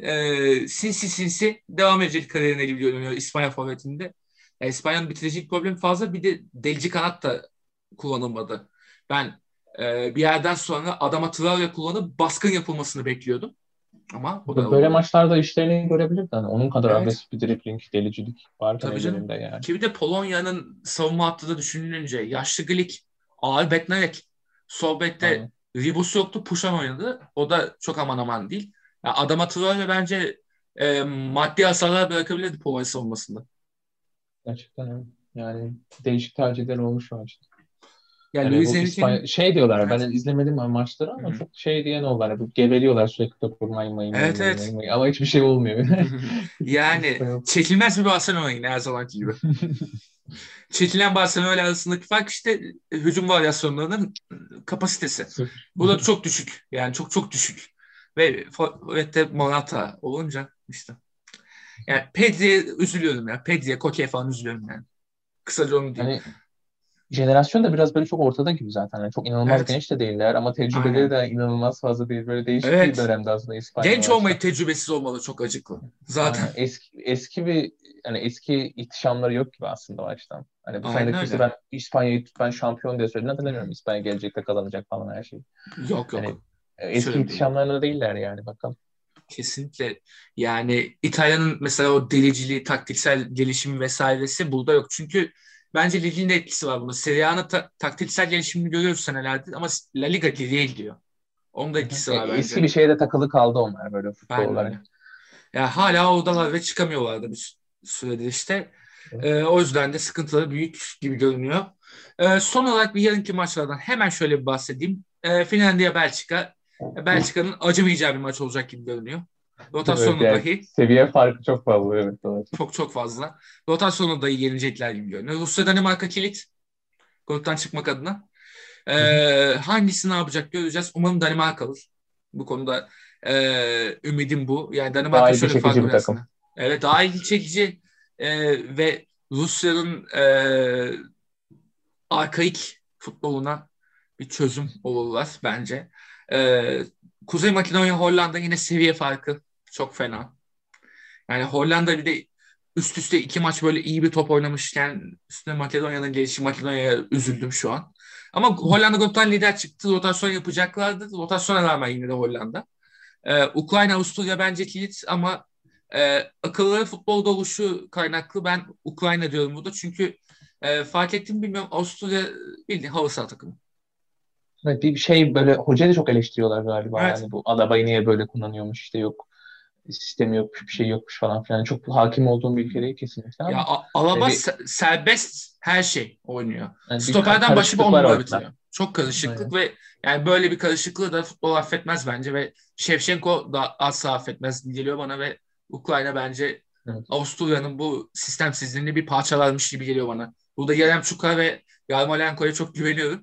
sinsi devam edecek kariyerine gibi görünüyor İspanya forvetinde. Yani İspanya'nın bitiricilik problemi fazla. Bir de delici kanat da kullanılmadı. Ben bir yerden sonra adama Traore kullanıp baskın yapılmasını bekliyordum. Ama o da Böyle olmadı. maçlarda işlerini görebilirdi. Hani onun kadar Evet. agresif bir dribling, delicilik varken Tabii canım. ellerinde yani. Ki bir de Polonya'nın savunma hattı da düşünülünce yaşlı Glik, ağır Bednarek, sol bekte Aynen. Ribus yoktu, Puşan oynadı. O da çok aman aman değil. Ya adam Traore bence maddi hasarlar bırakabilirdi Polonya savunmasında. Gerçekten öyle. Yani değişik tercihler olmuş o açıdan. Ya Hani Luis bu İspanya Enrique'nin şey diyorlar ben evet. izlemedim maçları ama Hı-hı. çok şey diyen oldular. Hani bu geveliyorlar sürekli topu may may may Evet may may evet. may ama hiçbir şey olmuyor. Yani İspanyol. çekilmez bir Barcelona yine her zamanki gibi. Çekilen Barcelona ile arasındaki fark işte hücum varyasyonlarının kapasitesi. Sıfır. Bu da çok düşük. Yani çok çok düşük. Ve forvette Morata olunca işte. Yani Pedri'ye üzülüyorum ya. Pedri'ye, Koke'ye falan üzülüyorum yani. Kısaca onu diyeyim. Hani jenerasyon da biraz böyle çok ortada gibi zaten. Yani çok inanılmaz Evet. genç de değiller ama tecrübeleri Aynen. de inanılmaz fazla değil. Böyle değişik bir Evet. dönemde aslında İspanya o Genç olmayı açıdan. tecrübesiz olmalı çok acıklı. Zaten. Aynen. Eski bir yani eski ihtişamları yok gibi aslında o açıdan. Hani bu sene Aynen de kimse öyle. ben İspanya'yı ben şampiyon diye söylediğini hatırlamıyorum. İspanya gelecekte kazanacak falan her şey. Yok Hani yok. eski Şöyle bir durum yok. ihtişamlarında değiller yani bakalım. Kesinlikle. Yani İtalya'nın mesela o deliciliği, taktiksel gelişimi vesairesi burada yok. Çünkü bence ligin de etkisi var bunda. Serie A'nın taktiksel gelişimini görüyoruz senelerdir ama La Liga geriye gidiyor. Onun da Hı hı. etkisi var Eski bence. bir şeye de takılı kaldı onlar böyle futbol Aynen olarak. öyle. Ya hala oradalar ve çıkamıyorlar da bir süredir işte. O yüzden de sıkıntıları büyük gibi görünüyor. Son olarak bir yarınki maçlardan hemen şöyle bir bahsedeyim. Finlandiya-Belçika. Belçika'nın acımayacağı bir maç olacak gibi görünüyor. Evet Rotasyonu yani dahi seviye farkı çok fazla evet. Evet. çok çok fazla. Rotasyonu dahi yenecekler gibi görünüyor. Rusya-Danimarka kilit. Gruptan çıkmak adına. Hı hı. Hangisi ne yapacak göreceğiz. Umarım Danimarka alır. Bu konuda Ümidim bu. Yani Daha Danimarka ilgi şöyle bir fark çekici var bir takım. aslında. Evet, daha ilgi çekici ve Rusya'nın arkaik futboluna bir çözüm olurlar bence. Ee, Kuzey Makedonya Hollanda yine seviye farkı çok fena. Yani Hollanda bir de üst üste iki maç böyle iyi bir top oynamışken üstüne Makedonya'nın gelişi, Makedonya'ya üzüldüm şu an. Ama Hollanda gruptan lider çıktı. Rotasyon yapacaklardı. Rotasyona rağmen yine de Hollanda. Ukrayna, Avusturya bence kilit ama akılları futbolda oluşu kaynaklı ben Ukrayna diyorum burada. Çünkü fark ettim bilmiyorum, Avusturya bildiğin halı saha takımı. Evet, bir şey böyle hocayı da çok eleştiriyorlar galiba. Evet. Yani bu Alaba'yı niye böyle kullanıyormuş, işte yok sistemi yokmuş, bir şey yokmuş falan filan. Çok hakim olduğum bir ülke değil kesinlikle Ya ama Alaba bir serbest her şey oynuyor. yani bir Stoperden başı bir on karışıklık var numara ortada. bitiriyor. Çok karışıklık Aynen. ve yani böyle bir karışıklığı da futbol affetmez bence ve Shevchenko da asla affetmez geliyor bana ve Ukrayna bence Evet. Avusturya'nın bu sistemsizliğini bir parçalarmış gibi geliyor bana. Burada Yaremchuk'a ve Yarmolenko'ya çok güveniyorum.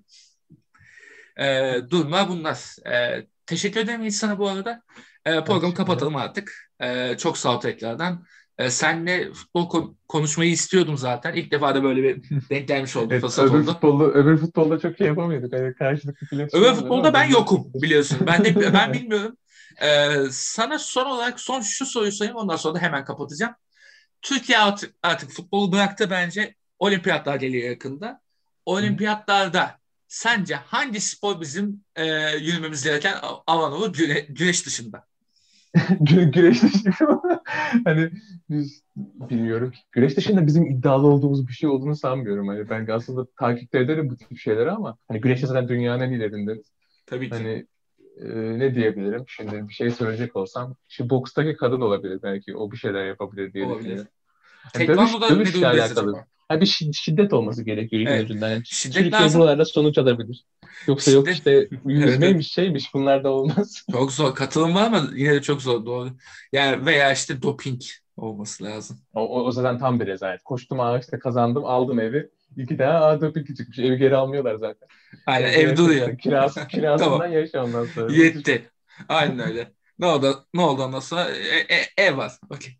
Durma bunlar. Teşekkür ederim insana bu arada. Ben Programı teşekkür ederim. kapatalım artık. Çok sağ ol tekrardan. Seninle futbol konuşmayı istiyordum zaten. İlk defa da böyle bir denk gelmiş oldu, Evet, fırsat oldu. öbür futbolda çok şey yapamıyorduk. Hani karşılıklı iletişim Öbür olmuyordu futbolda ama ben bunda yokum yapabiliriz. biliyorsun. Ben bilmiyorum. Sana son olarak şu soruyu sorayım, ondan sonra da hemen kapatacağım. Türkiye artık futbolu bıraktı bence. Olimpiyatlar geliyor yakında. Hı hı. Olimpiyatlarda sence hangi spor bizim yürümemiz gereken alan olur güreş dışında? Güreş dışında hani bilmiyorum ki. Güreş dışında bizim iddialı olduğumuz bir şey olduğunu sanmıyorum. Hani ben aslında takip ederim bu tip şeyleri ama hani güreşte zaten dünyanın en ilerinde. Tabii ki. Hani ne diyebilirim? Şimdi bir şey söyleyecek olsam şu bokstaki kadın olabilir belki. O bir şeyler yapabilir diye Olabilir. düşünüyorum. Yani Tekvando'da ne dövüşle durumdayız alakalı. acaba? Ha, bir şiddet olması gerekiyor işin Evet. ucunda. Yani Şiddet Türkiye lazım. buralarda sonuç alabilir. Yoksa yok Şiddet. işte Evet, evet. yüzmeymiş şeymiş bunlar da olmaz. Çok zor. Katılım var ama yine de çok zor. Doğru. Yani veya işte doping olması lazım. O zaten tam bir rezalet. Koştum ağaçta kazandım aldım evi. İki daha doping çıkmış. Evi geri almıyorlar zaten. Aynen, Evde ev yaşa duruyor. işte. Kirasından Tamam. yaşa ondan sonra. Müthiş. Yetti. Aynen öyle. Ne oldu ondan sonra? Ev var. Okey.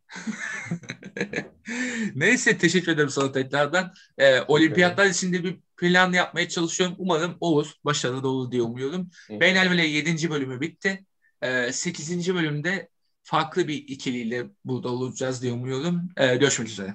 Neyse, teşekkür ederim sana tekrardan. Teşekkür ederim. Olimpiyatlar için de bir plan yapmaya çalışıyorum. Umarım olur. Başarılı da olur diye umuyorum. İnşallah. Beynelmele 7. bölümü bitti. 8. bölümde farklı bir ikiliyle burada olacağız diye umuyorum. Görüşmek üzere.